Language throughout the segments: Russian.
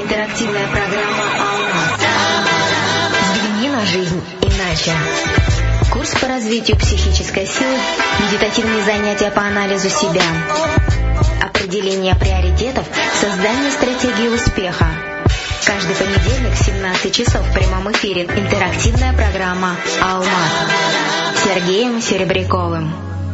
Интерактивная программа «Алмаз». Взгляни на жизнь иначе. Курс по развитию психической силы, медитативные занятия по анализу себя, определение приоритетов, создание стратегии успеха. Каждый понедельник в 17 часов в прямом эфире интерактивная программа «Алмаз» с Сергеем Серебряковым.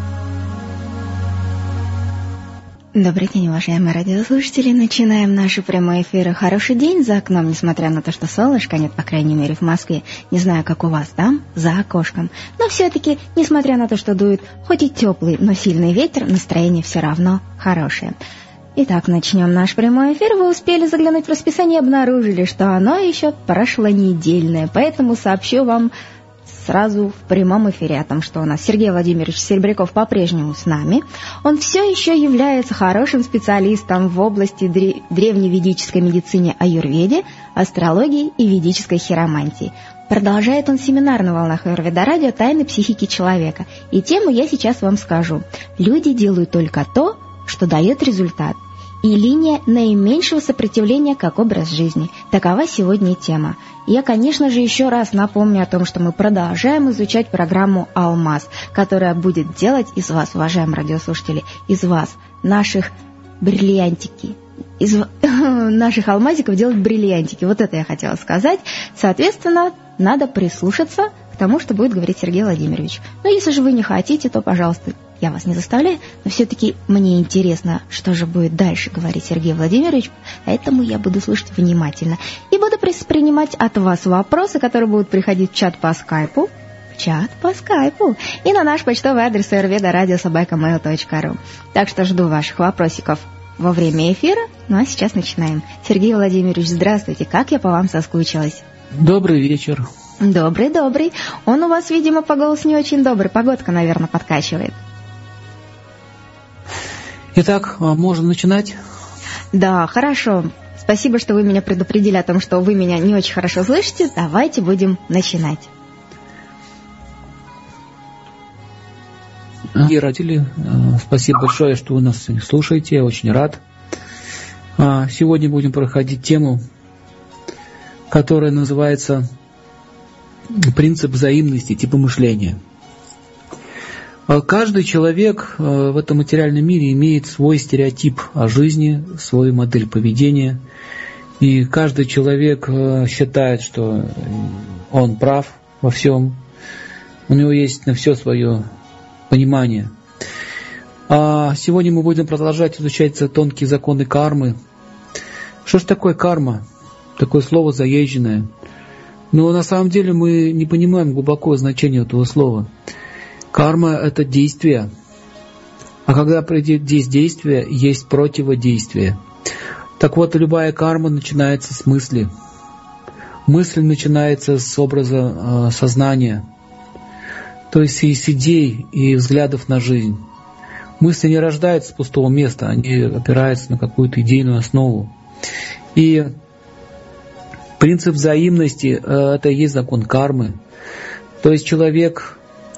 Добрый день, уважаемые радиослушатели. Начинаем наши прямые эфиры. Хороший день за окном, несмотря на то, что солнышка нет, по крайней мере, в Москве. Не знаю, как у вас там, за окошком. Но все-таки, несмотря на то, что дует хоть и теплый, но сильный ветер, настроение все равно хорошее. Итак, начнем наш прямой эфир. Вы успели заглянуть в расписание и обнаружили, что оно еще прошлонедельное. Поэтому сообщу вам сразу в прямом эфире о том, что у нас Сергей Владимирович Серебряков по-прежнему с нами. Он все еще является хорошим специалистом в области древневедической медицины аюрведе, астрологии и ведической хиромантии. Продолжает он семинар на волнах Аюрведа радио «Тайны психики человека». И тему я сейчас вам скажу. Люди делают только то, что дает результат. И линия наименьшего сопротивления как образ жизни. Такова сегодня тема. Я, конечно же, еще раз напомню о том, что мы продолжаем изучать программу «Алмаз», которая будет делать из вас, уважаемые радиослушатели, из вас, наших бриллиантики, из наших алмазиков делать бриллиантики. Вот это я хотела сказать. Соответственно, надо прислушаться к тому, что будет говорить Сергей Владимирович. Но если же вы не хотите, то, пожалуйста, я вас не заставляю, но все-таки мне интересно, что же будет дальше говорить Сергей Владимирович, поэтому я буду слушать внимательно. И буду принимать от вас вопросы, которые будут приходить в чат по скайпу, и на наш почтовый адрес ayurveda@radio@mail.ru. Так что жду ваших вопросиков во время эфира. Ну а сейчас начинаем. Сергей Владимирович, здравствуйте, как я по вам соскучилась. Добрый вечер. Добрый. Он у вас, видимо, по голосу не очень добрый. Погодка, наверное, подкачивает. Итак, можно начинать? Да, хорошо. Спасибо, что вы меня предупредили о том, что вы меня не очень хорошо слышите. Давайте будем начинать. Дорогие родители, спасибо большое, что вы нас слушаете. Я очень рад. Сегодня будем проходить тему, которая называется «Принцип взаимности типа мышления». Каждый человек в этом материальном мире имеет свой стереотип о жизни, свою модель поведения. И каждый человек считает, что он прав во всем. У него есть на все свое понимание. А сегодня мы будем продолжать изучать тонкие законы кармы. Что же такое карма? Такое слово заезженное. Но на самом деле мы не понимаем глубокое значение этого слова. Карма – это действие. А когда есть действие, есть противодействие. Так вот, любая карма начинается с мысли. Мысль начинается с образа сознания. То есть из идей и взглядов на жизнь. Мысли не рождаются с пустого места, они опираются на какую-то идейную основу. И принцип взаимности – это и есть закон кармы. То есть человек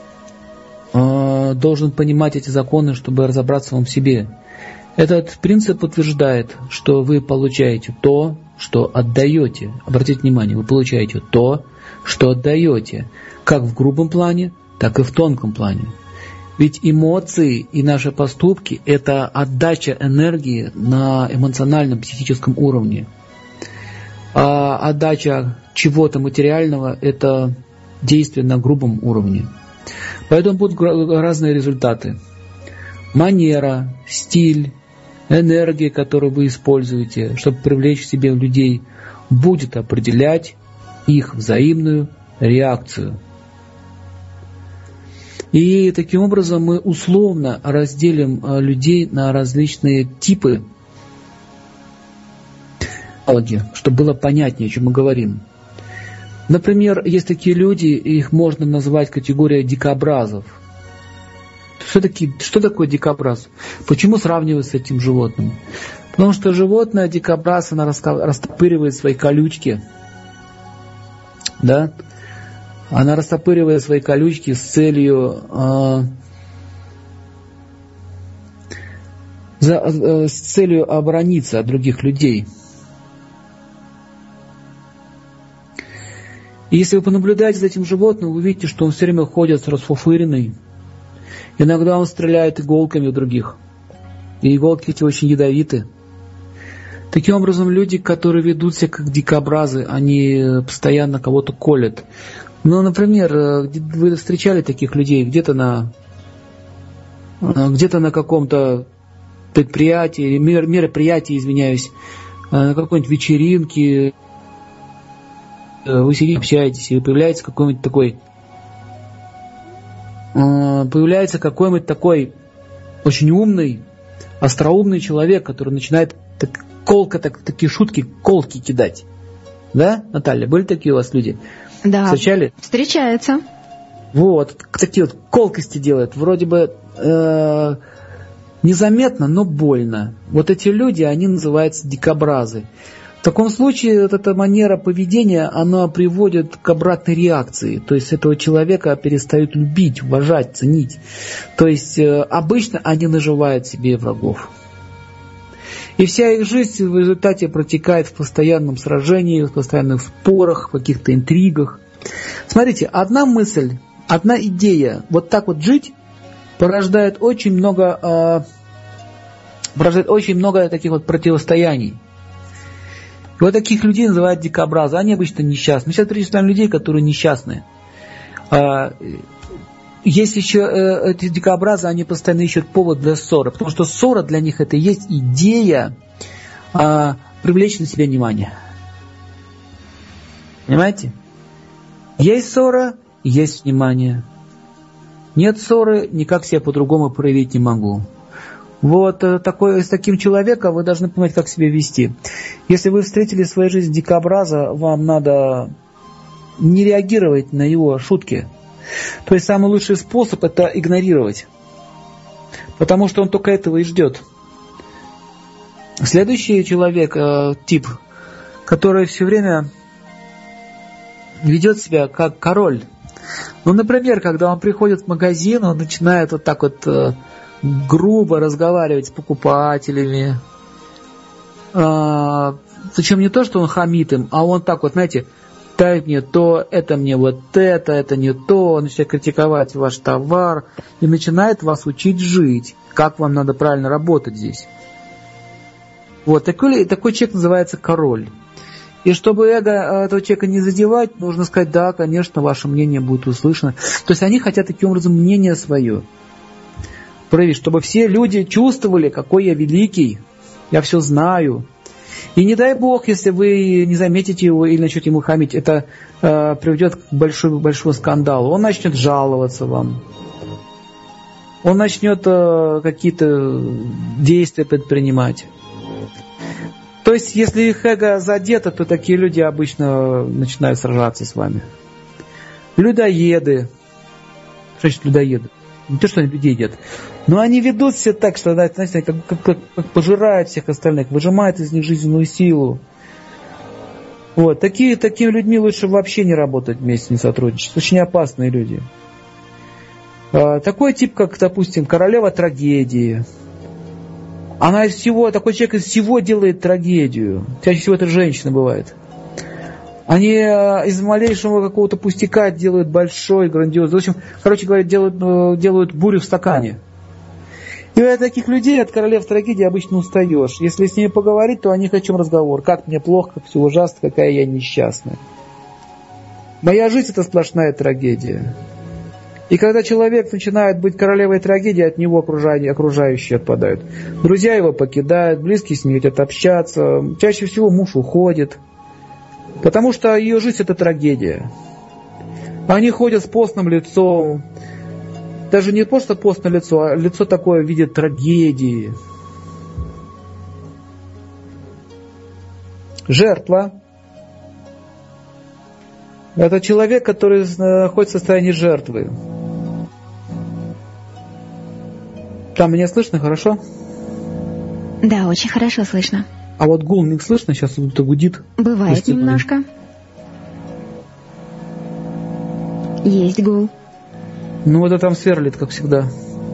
должен понимать эти законы, чтобы разобраться в себе. Этот принцип утверждает, что вы получаете то, что отдаете. Обратите внимание, вы получаете то, что отдаете, как в грубом плане, так и в тонком плане. Ведь эмоции и наши поступки – это отдача энергии на эмоциональном, психическом уровне. А отдача чего-то материального – это действие на грубом уровне. Поэтому будут разные результаты. Манера, стиль, энергия, которую вы используете, чтобы привлечь к себе людей, будет определять их взаимную реакцию. И таким образом мы условно разделим людей на различные типы, чтобы было понятнее, о чем мы говорим. Например, есть такие люди, их можно назвать категорией дикобразов. Что такое дикобраз? Почему сравнивать с этим животным? Потому что животное, дикобраз, она растопыривает свои колючки. Да? Она растопыривает свои колючки с целью оборониться от других людей. И если вы понаблюдаете за этим животным, вы увидите, что он все время ходит с расфуфыренной. Иногда он стреляет иголками в других. И иголки эти очень ядовиты. Таким образом, люди, которые ведут себя как дикобразы, они постоянно кого-то колят. Ну, например, вы встречали таких людей где-то на каком-то предприятии, мероприятии, извиняюсь, на какой-нибудь вечеринке, вы сидите, общаетесь, и появляется какой-нибудь такой очень умный, остроумный человек, который начинает такие шутки, колки кидать. Да, Наталья, были такие у вас люди? Да, встречали? Встречается. Вот, такие вот колкости делают, вроде бы незаметно, но больно. Вот эти люди, они называются дикобразы. В таком случае вот эта манера поведения, она приводит к обратной реакции. То есть этого человека перестают любить, уважать, ценить. То есть обычно они наживают себе врагов. И вся их жизнь в результате протекает в постоянном сражении, в постоянных спорах, в каких-то интригах. Смотрите, одна мысль, одна идея, вот так вот жить, порождает очень много таких вот противостояний. И вот таких людей называют дикобразы. Они обычно несчастны. Мы сейчас перечисляем людей, которые несчастные. Есть еще эти дикобразы, они постоянно ищут повод для ссоры. Потому что ссора для них это и есть идея привлечь на себя внимание. Понимаете? Есть ссора, есть внимание. Нет ссоры, никак себя по-другому проявить не могу. Вот с таким человеком вы должны понимать, как себя вести. Если вы встретили в своей жизни дикобраза, вам надо не реагировать на его шутки. То есть самый лучший способ это игнорировать. Потому что он только этого и ждет. Следующий человек, тип, который все время ведет себя как король. Ну, например, когда он приходит в магазин, он начинает вот так вот грубо разговаривать с покупателями. Причем не то, что он хамит им, а он так вот, знаете, дай мне то, это мне вот это не то, он начинает критиковать ваш товар и начинает вас учить жить, как вам надо правильно работать здесь. Вот, такой человек называется король. И чтобы эго этого человека не задевать, нужно сказать, да, конечно, ваше мнение будет услышано. То есть они хотят таким образом мнение свое проявить, чтобы все люди чувствовали, какой я великий, я все знаю. И не дай бог, если вы не заметите его или начнете ему хамить, это приведет к большому скандалу. Он начнет жаловаться вам. Он начнет какие-то действия предпринимать. То есть, если их эго задето, то такие люди обычно начинают сражаться с вами. Людоеды. Что значит людоеды? Не то, что они людей едят. Но они ведут себя так, что, знаете, как пожирают всех остальных, выжимают из них жизненную силу. Вот. Такими людьми лучше вообще не работать вместе, не сотрудничать. Очень опасные люди. Такой тип, как, допустим, королева трагедии. Такой человек из всего делает трагедию. Чаще всего это женщина бывает. Они из малейшего какого-то пустяка делают большой, грандиозный. В общем, короче говоря, делают бурю в стакане. И от таких людей, от королев трагедии обычно устаешь. Если с ними поговорить, то о них о чем разговор. Как мне плохо, как все ужасно, какая я несчастная. Моя жизнь это сплошная трагедия. И когда человек начинает быть королевой трагедии, от него окружающие отпадают. Друзья его покидают, близкие с ним хотят общаться. Чаще всего муж уходит. Потому что ее жизнь это трагедия. Они ходят с постным лицом. Даже не просто постное лицо, а лицо такое в виде трагедии. Жертва. Это человек, который находится в состоянии жертвы. Там меня слышно хорошо? Да, очень хорошо слышно. А вот гул не слышно? Сейчас кто-то гудит. Бывает немножко. Есть гул. Ну, это там сверлит, как всегда.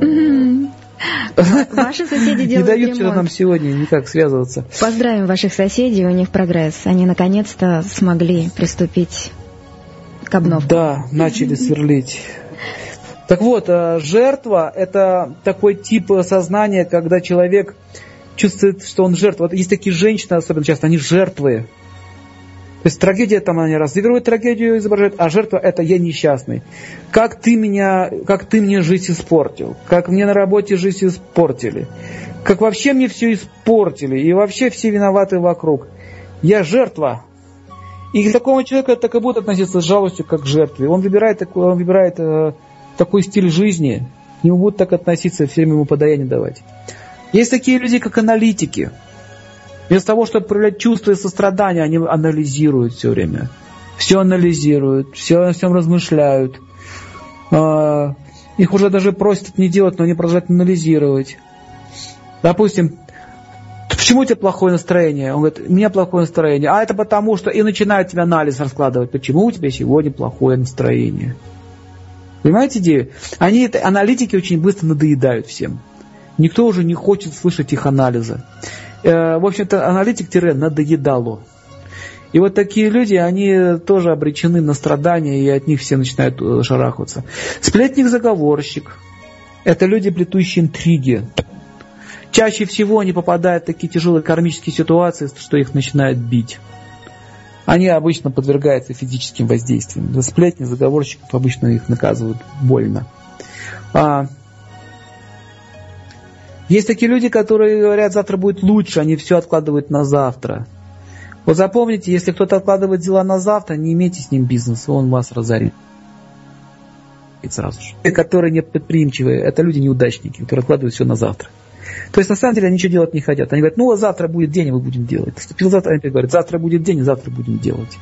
Ваши соседи делают ремонт. Не дают что-то нам сегодня никак связываться. Поздравим ваших соседей, у них прогресс. Они наконец-то смогли приступить подкабновку. Да, начали сверлить. Так вот, жертва – это такой тип сознания, когда человек чувствует, что он жертва. Вот есть такие женщины, особенно часто, они жертвы. То есть трагедия, там они разыгрывают трагедию, изображают, а жертва – это я несчастный. Как ты мне жизнь испортил, как мне на работе жизнь испортили, как вообще мне все испортили, и вообще все виноваты вокруг. Я жертва. И к такому человеку так и будут относиться с жалостью, как к жертве. Он выбирает такой стиль жизни, к нему будут так относиться, все время ему подаяние давать. Есть такие люди, как аналитики. Вместо того, чтобы проявлять чувства и сострадания, они анализируют все время. Все анализируют, все о всем размышляют. Их уже даже просят это не делать, но они продолжают анализировать. Допустим, почему у тебя плохое настроение? Он говорит, у меня плохое настроение. А это потому, что... И начинает тебе анализ раскладывать. Почему у тебя сегодня плохое настроение? Понимаете идею? Аналитики очень быстро надоедают всем. Никто уже не хочет слышать их анализа. В общем-то, аналитик-надоедало. И вот такие люди, они тоже обречены на страдания, и от них все начинают шарахаться. Сплетник-заговорщик. Это люди, плетущие интриги. Чаще всего они попадают в такие тяжелые кармические ситуации, что их начинают бить. Они обычно подвергаются физическим воздействиям. За сплетни, заговорщиков обычно их наказывают больно. Есть такие люди, которые говорят, завтра будет лучше, они все откладывают на завтра. Вот запомните, если кто-то откладывает дела на завтра, не имейте с ним бизнеса, он вас разорит сразу же. Которые не предприимчивые, это люди-неудачники, которые откладывают все на завтра. То есть на самом деле они ничего делать не хотят. Они говорят, завтра будет день, и мы будем делать. Наступил завтра, они говорят, завтра будет день, и завтра будем делать.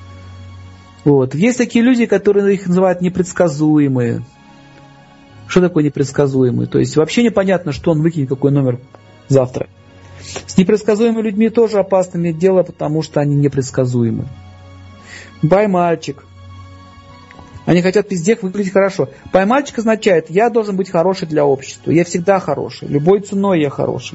Вот. Есть такие люди, которые их называют непредсказуемые. Что такое непредсказуемый? То есть вообще непонятно, что он выкинет, какой номер завтра. С непредсказуемыми людьми тоже опасно иметь дело, потому что они непредсказуемы. Пай-мальчик. Они хотят везде выглядеть хорошо. Пай-мальчик означает, я должен быть хороший для общества. Я всегда хороший. Любой ценой я хороший.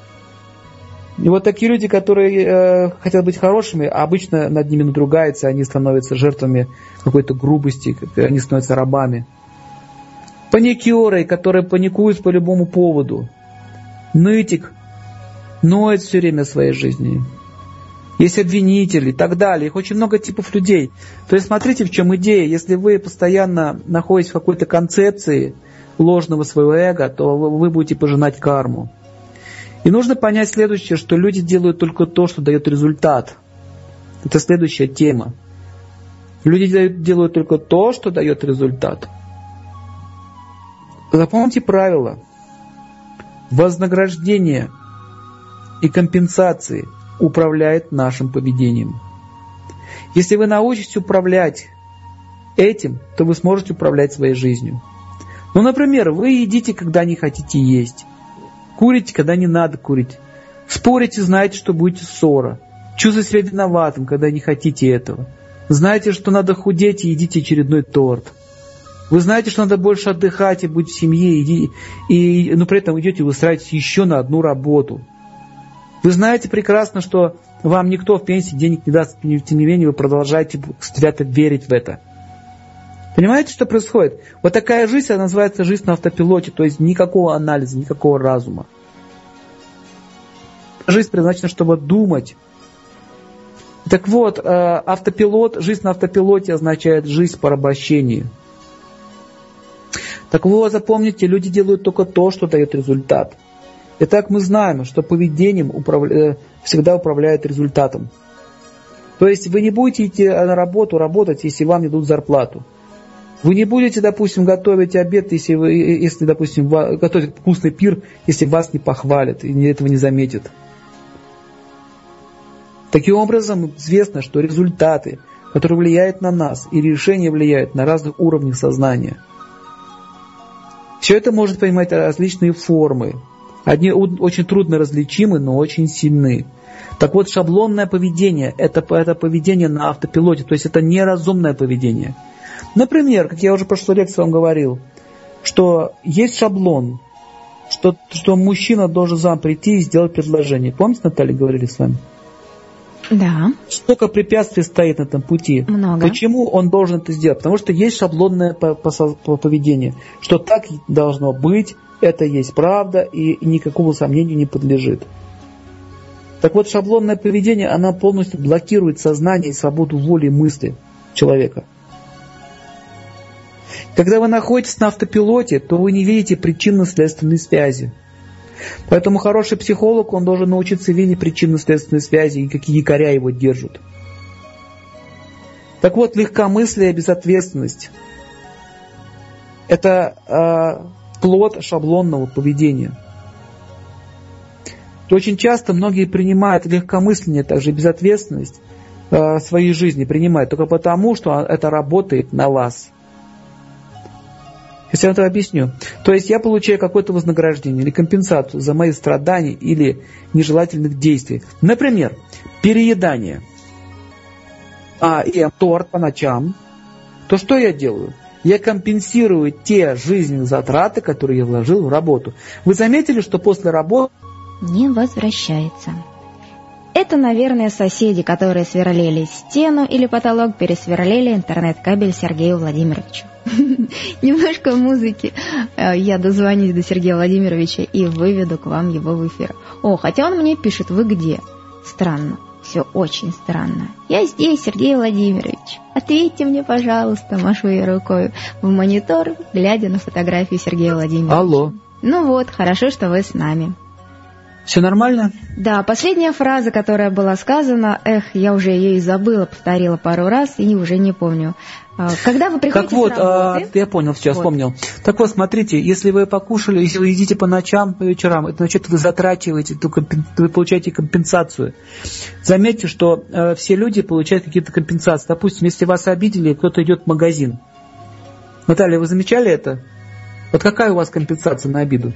И вот такие люди, которые хотят быть хорошими, обычно над ними надругаются, они становятся жертвами какой-то грубости, они становятся рабами. Паникеры, которые паникуют по любому поводу. Нытик. Ноет все время в своей жизни. Есть обвинители и так далее. Их очень много типов людей. То есть смотрите, в чем идея. Если вы постоянно находитесь в какой-то концепции ложного своего эго, то вы будете пожинать карму. И нужно понять следующее, что люди делают только то, что дает результат. Это следующая тема. Люди делают только то, что дает результат. Запомните правило. Вознаграждение и компенсации управляет нашим поведением. Если вы научитесь управлять этим, то вы сможете управлять своей жизнью. Например, вы едите, когда не хотите есть. Курите, когда не надо курить. Спорите, знаете, что будете ссора. Чувствуете себя виноватым, когда не хотите этого. Знаете, что надо худеть, и едите очередной торт. Вы знаете, что надо больше отдыхать и быть в семье, но при этом идете и устраиваетесь еще на одну работу. Вы знаете прекрасно, что вам никто в пенсии денег не даст, тем не менее вы продолжаете свято верить в это. Понимаете, что происходит? Вот такая жизнь, она называется жизнь на автопилоте, то есть никакого анализа, никакого разума. Жизнь предназначена, чтобы думать. Так вот, автопилот, жизнь на автопилоте означает жизнь по порабощению. Так вот, запомните, люди делают только то, что дает результат. Итак, мы знаем, что поведением всегда управляет результатом. То есть вы не будете идти на работу работать, если вам не дадут зарплату. Вы не будете, допустим, готовить обед, если допустим, готовить вкусный пир, если вас не похвалят и этого не заметят. Таким образом, известно, что результаты, которые влияют на нас, и решения влияют на разных уровнях сознания. Все это может принимать различные формы. Одни очень трудно различимы, но очень сильны. Так вот, шаблонное поведение – это поведение на автопилоте, то есть это неразумное поведение. Например, как я уже в прошлой лекции вам говорил, что есть шаблон, что мужчина должен вам прийти и сделать предложение. Помните, Наталья, говорили с вами? Да. Сколько препятствий стоит на этом пути? Много. Почему он должен это сделать? Потому что есть шаблонное поведение, что так должно быть, это есть правда и никакому сомнению не подлежит. Так вот, шаблонное поведение, оно полностью блокирует сознание и свободу воли и мысли человека. Когда вы находитесь на автопилоте, то вы не видите причинно-следственной связи. Поэтому хороший психолог, он должен научиться видеть причинно-следственные связи и какие якоря его держат. Так вот, легкомыслие, безответственность – это плод шаблонного поведения. То очень часто многие принимают легкомыслие, также безответственность в своей жизни, принимают только потому, что это работает на вас. Если я это объясню. То есть я получаю какое-то вознаграждение или компенсацию за мои страдания или нежелательных действий. Например, переедание. Ем торт по ночам. То что я делаю? Я компенсирую те жизненные затраты, которые я вложил в работу. Вы заметили, что после работы не возвращается. Это, наверное, соседи, которые сверлили стену или потолок, пересверлили интернет-кабель Сергею Владимировичу. Немножко музыки. Я дозвонюсь до Сергея Владимировича и выведу к вам его в эфир. Хотя он мне пишет: вы где? Странно. Все очень странно. Я здесь, Сергей Владимирович. Ответьте мне, пожалуйста, машу я рукой в монитор, глядя на фотографию Сергея Владимировича. Алло. Ну вот, хорошо, что вы с нами. Все нормально? Да, последняя фраза, которая была сказана, я уже ее и забыла, повторила пару раз и уже не помню. Когда вы приходите с работы... Я понял, сейчас вспомнил. Так вот, смотрите, если вы покушали, если вы едите по ночам, по вечерам, это значит, вы затрачиваете, вы получаете компенсацию. Заметьте, что все люди получают какие-то компенсации. Допустим, если вас обидели, кто-то идет в магазин. Наталья, вы замечали это? Вот какая у вас компенсация на обиду?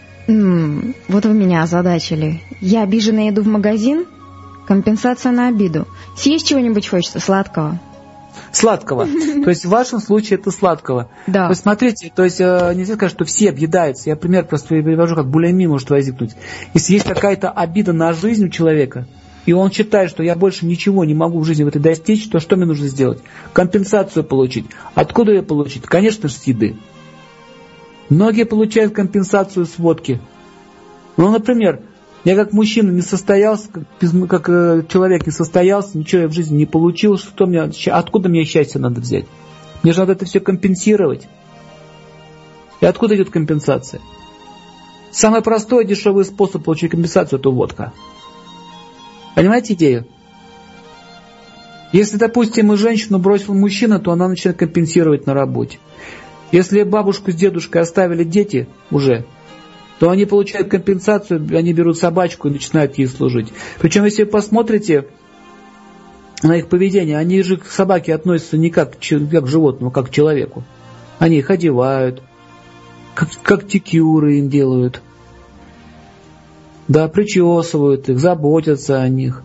Вот вы меня озадачили. Я обиженная иду в магазин? Компенсация на обиду. Съесть чего-нибудь хочется сладкого. Сладкого. То есть в вашем случае это сладкого. Да. То есть смотрите, то есть нельзя сказать, что все объедаются. Я пример просто привожу, как булимия может возникнуть. Если есть какая-то обида на жизнь у человека, и он считает, что я больше ничего не могу в жизни в этой достичь, то что мне нужно сделать? Компенсацию получить. Откуда ее получить? Конечно же, с еды. Многие получают компенсацию с водки. Ну, например, я как мужчина не состоялся, как человек не состоялся, ничего я в жизни не получил, откуда мне счастье надо взять? Мне же надо это все компенсировать. И откуда идет компенсация? Самый простой, дешевый способ получить компенсацию – это водка. Понимаете идею? Если, допустим, женщину бросил мужчина, то она начинает компенсировать на работе. Если бабушку с дедушкой оставили дети уже, то они получают компенсацию, они берут собачку и начинают ей служить. Причем, если вы посмотрите на их поведение, они же к собаке относятся не как к животному, как к человеку. Они их одевают, как текюры им делают. Да, причесывают их, заботятся о них,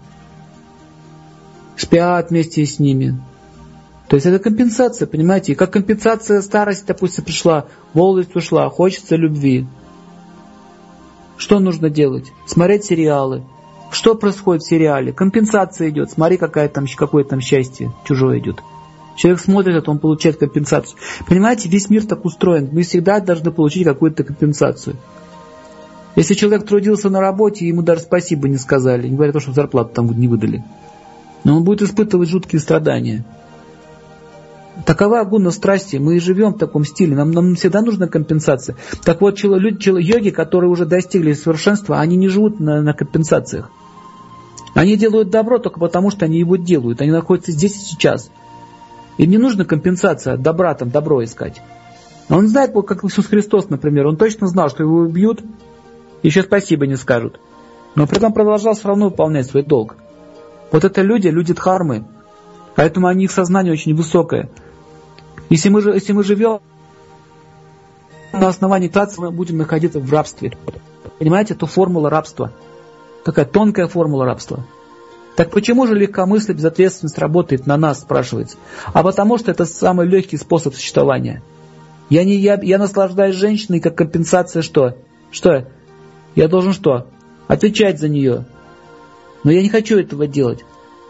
спят вместе с ними. То есть это компенсация, понимаете? И как компенсация старости, допустим, пришла, молодость ушла, хочется любви. Что нужно делать? Смотреть сериалы. Что происходит в сериале? Компенсация идет. Смотри, какое там счастье чужое идет. Человек смотрит, он получает компенсацию. Понимаете, весь мир так устроен. Мы всегда должны получить какую-то компенсацию. Если человек трудился на работе, ему даже спасибо не сказали, не говоря о том, что зарплату там не выдали, но он будет испытывать жуткие страдания. Такова гуна страсти, мы и живем в таком стиле, нам всегда нужна компенсация. Так вот, йоги, которые уже достигли совершенства, они не живут на компенсациях. Они делают добро только потому, что они его делают, они находятся здесь и сейчас. Им не нужна компенсация от добра, там добро искать. Он знает, как Иисус Христос, например, он точно знал, что его убьют, еще спасибо не скажут. Но при этом продолжал все равно выполнять свой долг. Вот это люди дхармы. Поэтому их сознание очень высокое. Если мы живем на основании тации, мы будем находиться в рабстве. Понимаете, это формула рабства. Такая тонкая формула рабства. Так почему же легкомыслие, безответственность работает на нас, спрашивается? А потому что это самый легкий способ существования. Я наслаждаюсь женщиной, как компенсация что? Что? Я должен что? Отвечать за нее. Но я не хочу этого делать.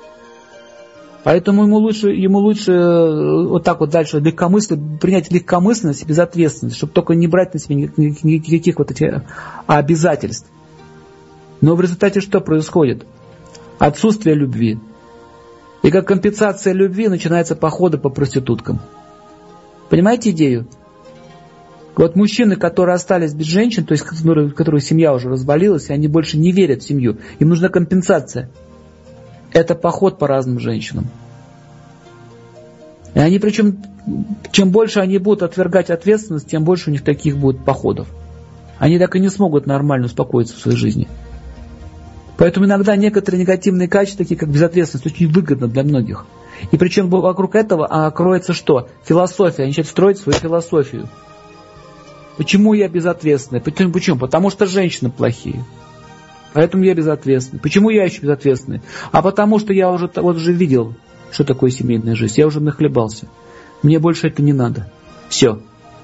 Поэтому ему лучше вот так вот дальше принять легкомысленность и безответственность, чтобы только не брать на себя никаких вот этих обязательств. Но в результате что происходит? Отсутствие любви. И как компенсация любви начинаются походы по проституткам. Понимаете идею? Вот мужчины, которые остались без женщин, то есть которые семья уже развалилась, и они больше не верят в семью, им нужна компенсация. Это поход по разным женщинам. И они, причем, чем больше они будут отвергать ответственность, тем больше у них таких будет походов. Они так и не смогут нормально успокоиться в своей жизни. Поэтому иногда некоторые негативные качества, такие как безответственность, очень выгодны для многих. И причем вокруг этого кроется что? Философия. Они начинают строить свою философию. Почему я безответственный? Почему? Потому что женщины плохие. Поэтому я безответственный. Почему я еще безответственный? А потому что я уже видел, что такое семейная жизнь. Я уже нахлебался. Мне больше это не надо. Все.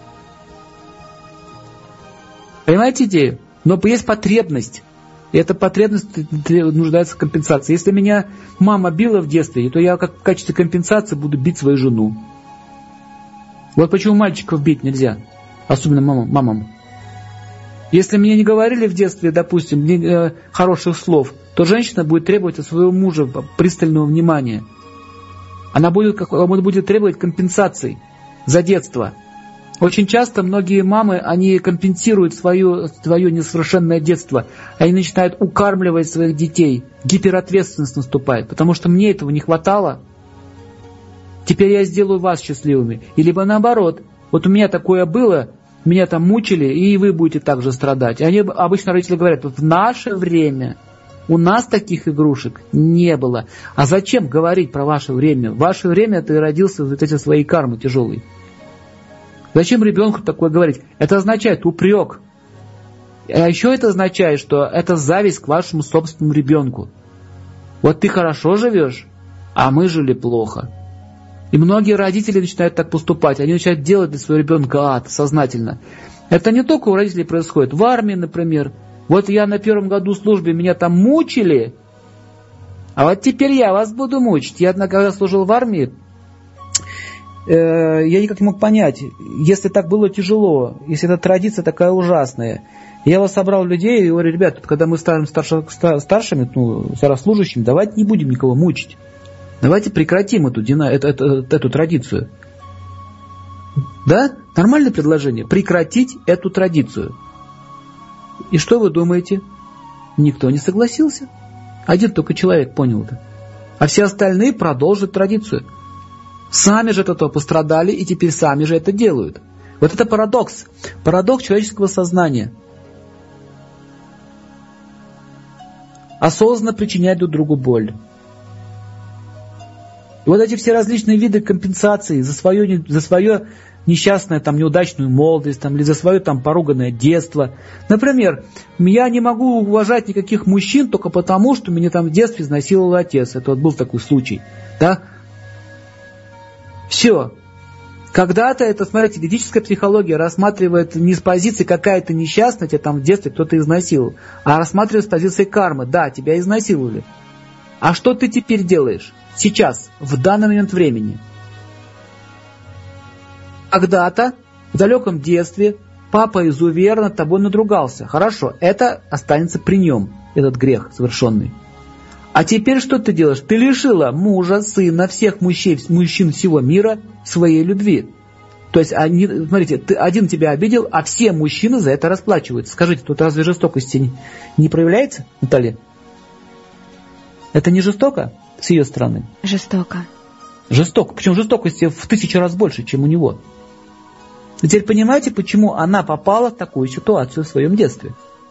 Понимаете идею? Но есть потребность. И эта потребность нуждается в компенсации. Если меня мама била в детстве, то я в качестве компенсации буду бить свою жену. Вот почему мальчиков бить нельзя. Особенно мамам. Если мне не говорили в детстве, допустим, хороших слов, то женщина будет требовать от своего мужа пристального внимания. Она будет требовать компенсаций за детство. Очень часто многие мамы, они компенсируют свое несовершенное детство. Они начинают укармливать своих детей. Гиперответственность наступает, потому что мне этого не хватало. Теперь я сделаю вас счастливыми. И либо наоборот. Вот у меня такое было, меня там мучили, и вы будете также страдать. И обычно родители говорят, в наше время у нас таких игрушек не было. А зачем говорить про ваше время? В ваше время ты родился вот эти свои кармы тяжелые. Зачем ребенку такое говорить? Это означает упрек. А еще это означает, что это зависть к вашему собственному ребенку. Вот ты хорошо живешь, а мы жили плохо. И многие родители начинают так поступать. Они начинают делать для своего ребенка ад сознательно. Это не только у родителей происходит. В армии, например. Вот я на 1 году службы, меня там мучили. А вот теперь я вас буду мучить. Я, когда служил в армии, я никак не мог понять, если так было тяжело, если эта традиция такая ужасная. Я вас собрал людей и говорю, ребят, когда мы станем старшими, старослужащими, давайте не будем никого мучить. Давайте прекратим эту традицию. Да? Нормальное предложение. Прекратить эту традицию. И что вы думаете? Никто не согласился. Один только человек понял это. А все остальные продолжат традицию. Сами же от этого пострадали и теперь сами же это делают. Вот это парадокс. Парадокс человеческого сознания. Осознанно причинять друг другу боль. И вот эти все различные виды компенсации за свое несчастное, неудачную молодость, или за свое поруганное детство. Например, я не могу уважать никаких мужчин только потому, что меня в детстве изнасиловал отец. Это вот был такой случай. Да? Все. Когда-то это, смотрите, ведическая психология рассматривает не с позиции какая-то несчастная, тебя в детстве кто-то изнасиловал, а рассматривает с позиции кармы. Да, тебя изнасиловали. А что ты теперь делаешь? Сейчас, в данный момент времени. Когда-то, в далеком детстве, папа изувер над тобой надругался. Хорошо, это останется при нем, этот грех совершенный. А теперь что ты делаешь? Ты лишила мужа, сына, всех мужчин всего мира своей любви. То есть, смотрите, один тебя обидел, а все мужчины за это расплачиваются. Скажите, тут разве жестокости не проявляется, Наталья? Это не жестоко с ее стороны? Жестоко. Жестоко. Причем жестокости в 1000 раз больше, чем у него. И теперь понимаете, почему она попала в такую ситуацию в своем детстве?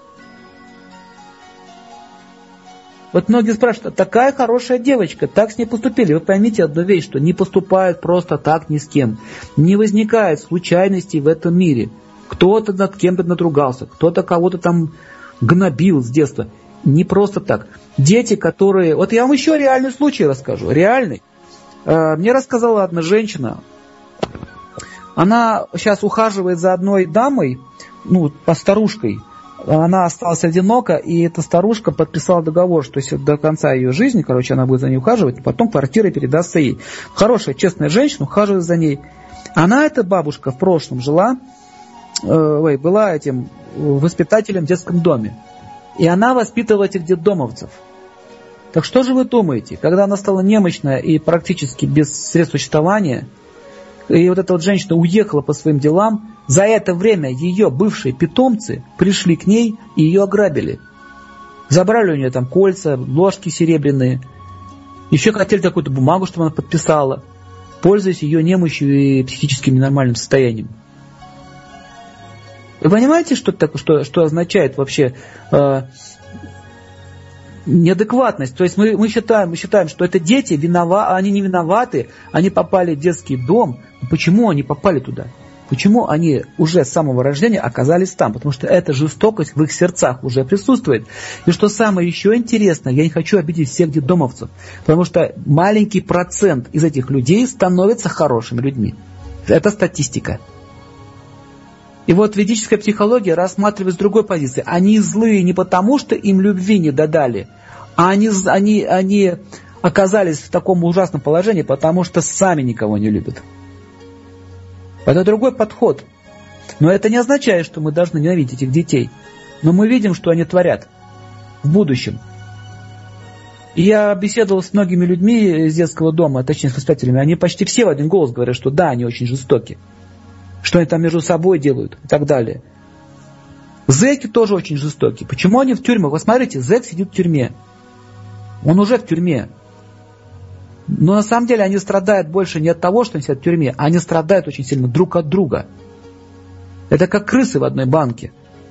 Вот многие спрашивают, такая хорошая девочка, так с ней поступили. Вы поймите одну вещь, что не поступают просто так ни с кем. Не возникает случайностей в этом мире. Кто-то над кем-то надругался, кто-то кого-то гнобил с детства. Не просто так. Дети, которые... Вот я вам еще реальный случай расскажу. Реальный. Мне рассказала одна женщина. Она сейчас ухаживает за одной дамой, старушкой. она осталась одинока, и эта старушка подписала договор, что если до конца ее жизни, она будет за ней ухаживать, потом квартира передастся ей. Хорошая, честная женщина ухаживает за ней. Она, эта бабушка, в прошлом была этим воспитателем в детском доме. И она воспитывала этих детдомовцев. Так что же вы думаете, когда она стала немощная и практически без средств существования, и вот эта вот женщина уехала по своим делам, за это время ее бывшие питомцы пришли к ней и ее ограбили. Забрали у нее там кольца, ложки серебряные. Еще хотели какую-то бумагу, чтобы она подписала, пользуясь ее немощью и психическим ненормальным состоянием. Вы понимаете, что означает вообще неадекватность? То есть мы считаем, что это дети, они не виноваты, они попали в детский дом. Почему они попали туда? Почему они уже с самого рождения оказались там? Потому что эта жестокость в их сердцах уже присутствует. И что самое еще интересное, я не хочу обидеть всех детдомовцев, потому что маленький процент из этих людей становятся хорошими людьми. Это статистика. И вот ведическая психология рассматривает с другой позиции. Они злые не потому, что им любви не додали, а они оказались в таком ужасном положении, потому что сами никого не любят. Это другой подход. Но это не означает, что мы должны ненавидеть этих детей. Но мы видим, что они творят в будущем. И я беседовал с многими людьми из детского дома, точнее с воспитателями. Они почти все в один голос говорят, что да, они очень жестоки. Что они там между собой делают и так далее. Зэки тоже очень жестокие. Почему они в тюрьмах? Вы смотрите, зэк сидит в тюрьме. Он уже в тюрьме. Но на самом деле они страдают больше не от того, что они сидят в тюрьме, а они страдают очень сильно друг от друга. Это как крысы в одной банке.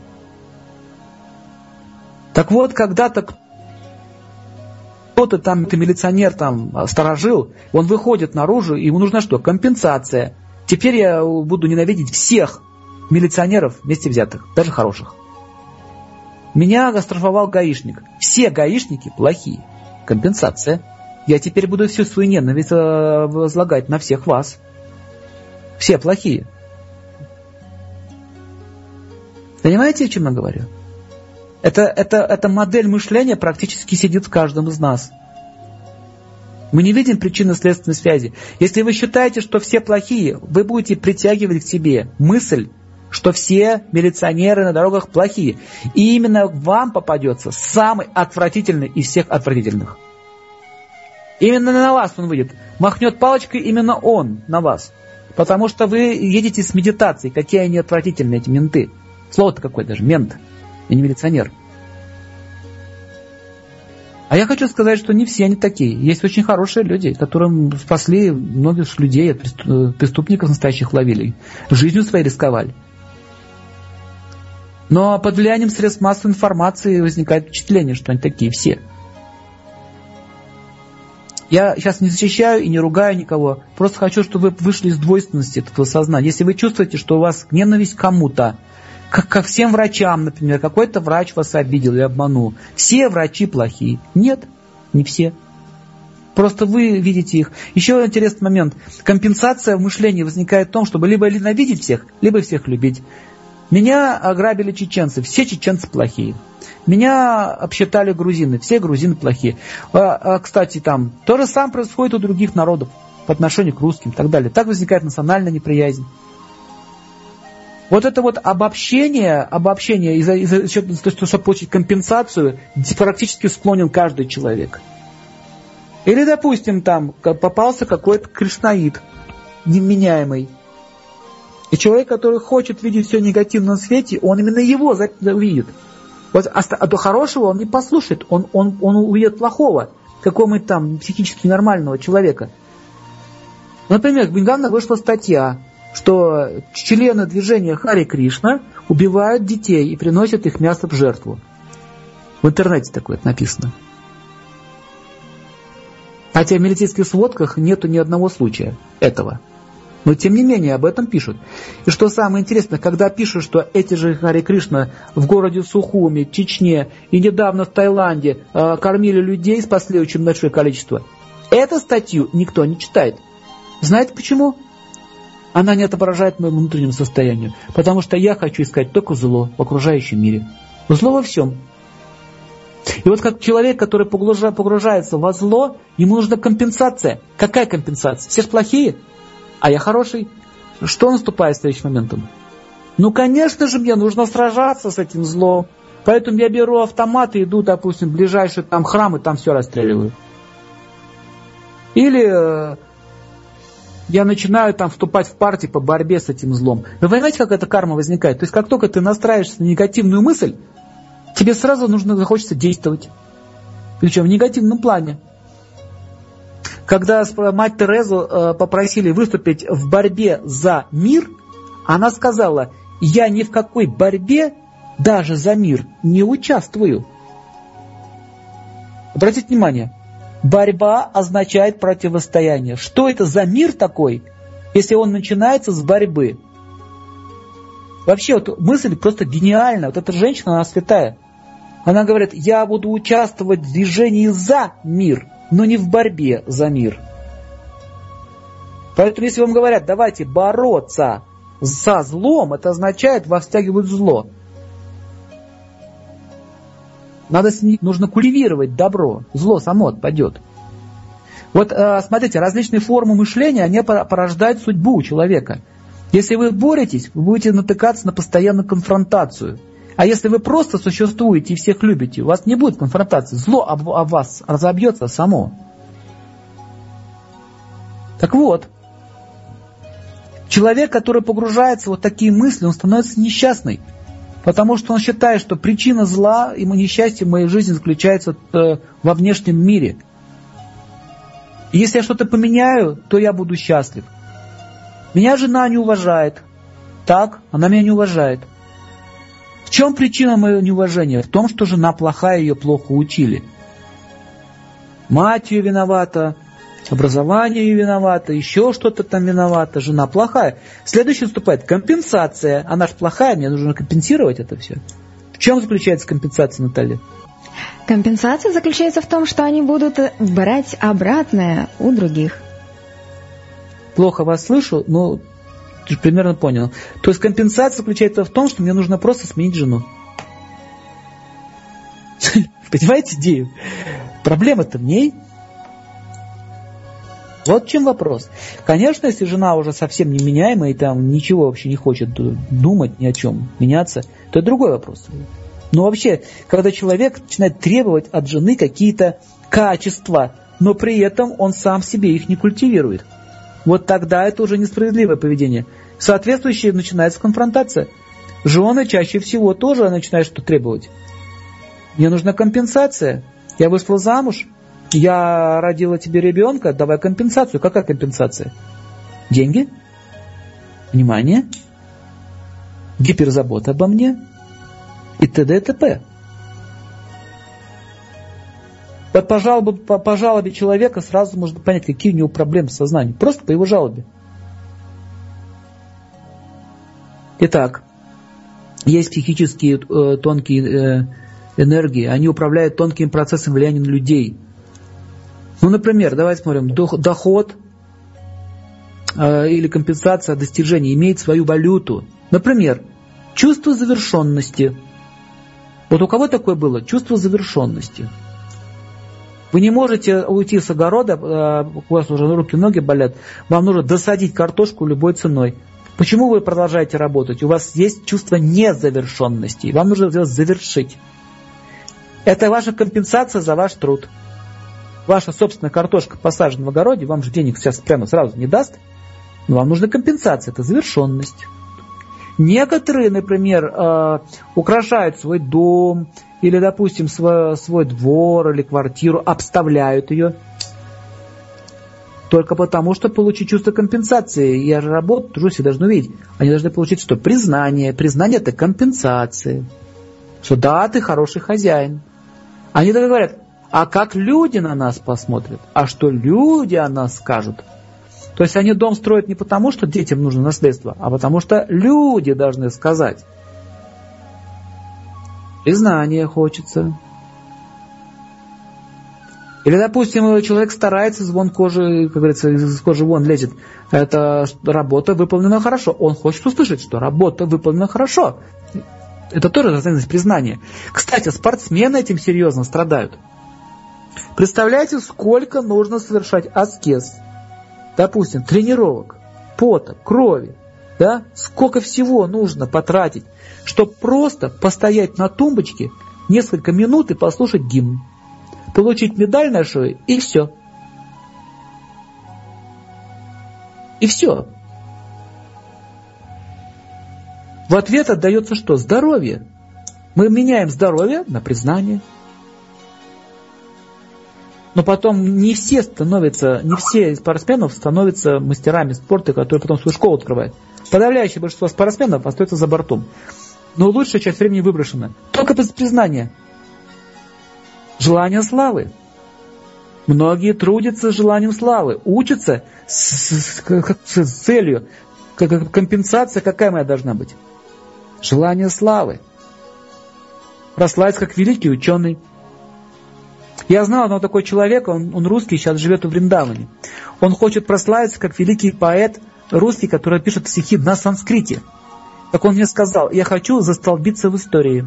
Так вот, когда-то кто-то там, милиционер там сторожил, он выходит наружу, и ему нужна что? Компенсация. Теперь я буду ненавидеть всех милиционеров вместе взятых, даже хороших. Меня оштрафовал гаишник. Все гаишники плохие. Компенсация. Я теперь буду всю свою ненависть возлагать на всех вас. Все плохие. Понимаете, о чем я говорю? Эта модель мышления практически сидит в каждом из нас. Мы не видим причинно-следственной связи. Если вы считаете, что все плохие, вы будете притягивать к себе мысль, что все милиционеры на дорогах плохие. И именно вам попадется самый отвратительный из всех отвратительных. Именно на вас он выйдет. Махнет палочкой именно он на вас. Потому что вы едете с медитацией. Какие они отвратительные, эти менты. Слово-то какое даже, мент, и не милиционер. А я хочу сказать, что не все они такие. Есть очень хорошие люди, которым спасли многих людей от преступников настоящих ловили. Жизнью своей рисковали. Но под влиянием средств массовой информации возникает впечатление, что они такие все. Я сейчас не защищаю и не ругаю никого. Просто хочу, чтобы вы вышли из двойственности этого сознания. Если вы чувствуете, что у вас ненависть к кому-то, как ко всем врачам, например, какой-то врач вас обидел или обманул. Все врачи плохие. Нет, не все. Просто вы видите их. Еще интересный момент. Компенсация в мышлении возникает в том, чтобы либо ненавидеть всех, либо всех любить. Меня ограбили чеченцы. Все чеченцы плохие. Меня обсчитали грузины. Все грузины плохие. Кстати, там то же самое происходит у других народов по отношению к русским и так далее. Так возникает национальная неприязнь. Вот это вот обобщение, чтобы получить компенсацию, практически склонен каждый человек. Или, допустим, там попался какой-то кришнаит, невменяемый. И человек, который хочет видеть все в негативном свете, он именно его увидит. Вот, а до хорошего он не послушает, он увидит плохого, какого-нибудь там психически нормального человека. Например, недавно вышла статья, что члены движения Харе Кришна убивают детей и приносят их мясо в жертву. В интернете такое написано. Хотя в милицейских сводках нету ни одного случая этого. Но тем не менее об этом пишут. И что самое интересное, когда пишут, что эти же Харе Кришна в городе Сухуми, Чечне и недавно в Таиланде кормили людей, спасли очень большое количество, эту статью никто не читает. Знаете почему? Она не отображает моему внутреннему состоянию. Потому что я хочу искать только зло в окружающем мире. Зло во всем. И вот как человек, который погружается во зло, ему нужна компенсация. Какая компенсация? Все же плохие, а я хороший. Что наступает следующим моментом? Ну, конечно же, мне нужно сражаться с этим злом. Поэтому я беру автомат и иду, допустим, в ближайший там храм и там все расстреливаю. Или я начинаю там вступать в партии по борьбе с этим злом. Вы понимаете, как эта карма возникает? То есть, как только ты настраиваешься на негативную мысль, тебе сразу захочется действовать. Причем в негативном плане. Когда мать Терезу попросили выступить в борьбе за мир, она сказала: я ни в какой борьбе, даже за мир, не участвую. Обратите внимание, борьба означает противостояние. Что это за мир такой, если он начинается с борьбы? Вообще, вот мысль просто гениальна. Вот эта женщина, она святая. Она говорит: я буду участвовать в движении за мир, но не в борьбе за мир. Поэтому, если вам говорят: давайте бороться со злом, это означает вас втягивают в зло. Нужно культивировать добро, зло само отпадет. Вот смотрите, различные формы мышления, они порождают судьбу у человека. Если вы боретесь, вы будете натыкаться на постоянную конфронтацию. А если вы просто существуете и всех любите, у вас не будет конфронтации. Зло об вас разобьется само. Так вот, человек, который погружается в вот такие мысли, он становится несчастный. Потому что он считает, что причина зла и несчастья в моей жизни заключается во внешнем мире. И если я что-то поменяю, то я буду счастлив. Меня жена не уважает. Так, она меня не уважает. В чем причина моего неуважения? В том, что жена плохая, ее плохо учили. Мать ее виновата, образование ее виновато, еще что-то там виновато, жена плохая. Следующий наступает компенсация. Она же плохая, мне нужно компенсировать это все. В чем заключается компенсация, Наталья? Компенсация заключается в том, что они будут брать обратное у других. Плохо вас слышу, но ты же примерно понял. То есть компенсация заключается в том, что мне нужно просто сменить жену. Понимаете идею? Проблема-то в ней. Вот в чем вопрос. Конечно, если жена уже совсем неменяемая и там ничего вообще не хочет думать ни о чем, меняться, то это другой вопрос. Но вообще, когда человек начинает требовать от жены какие-то качества, но при этом он сам себе их не культивирует, вот тогда это уже несправедливое поведение. Соответствующее начинается конфронтация. Жены чаще всего тоже начинают что-то требовать. Мне нужна компенсация. Я вышла замуж. Я родила тебе ребенка, давай компенсацию. Какая компенсация? Деньги? Внимание? Гиперзабота обо мне? И т.д. и т.п. По жалобе человека сразу можно понять, какие у него проблемы с сознанием. Просто по его жалобе. Итак, есть психические тонкие энергии. Они управляют тонкими процессами влияния на людей. Ну, например, давайте смотрим, доход или компенсация достижений имеет свою валюту. Например, чувство завершенности. Вот у кого такое было? Чувство завершенности. Вы не можете уйти с огорода, у вас уже руки-ноги болят, вам нужно досадить картошку любой ценой. Почему вы продолжаете работать? У вас есть чувство незавершенности, вам нужно это завершить. Это ваша компенсация за ваш труд. Ваша собственная картошка, посаженная в огороде, вам же денег сейчас прямо сразу не даст, но вам нужна компенсация, это завершенность. Некоторые, например, украшают свой дом или, допустим, свой двор или квартиру, обставляют ее только потому, что получить чувство компенсации. Я же работаю, тружусь, и должны увидеть. Они должны получить что? Признание. Признание – это компенсация. Что да, ты хороший хозяин. Они даже говорят: а как люди на нас посмотрят? А что люди о нас скажут? То есть они дом строят не потому, что детям нужно наследство, а потому что люди должны сказать. Признание хочется. Или, допустим, человек старается, звон кожи, как говорится, из кожи вон лезет. Это работа выполнена хорошо. Он хочет услышать, что работа выполнена хорошо. Это тоже разновидность признания. Кстати, спортсмены этим серьезно страдают. Представляете, сколько нужно совершать аскез, допустим, тренировок, пота, крови, да? Сколько всего нужно потратить, чтобы просто постоять на тумбочке несколько минут и послушать гимн, получить медаль на шею и все. И все. В ответ отдается что? Здоровье. Мы меняем здоровье на признание. Но потом не все из спортсменов становятся мастерами спорта, которые потом свою школу открывают. Подавляющее большинство спортсменов остается за бортом. Но лучшая часть времени выброшена. Только без признания. Желание славы. Многие трудятся с желанием славы. Учатся с целью. Компенсация какая моя должна быть? Желание славы. Прославиться как великий ученый. Я знал одного такого человека, он русский, сейчас живет в Вриндаване. Он хочет прославиться как великий поэт русский, который пишет стихи на санскрите. Как он мне сказал, я хочу застолбиться в истории.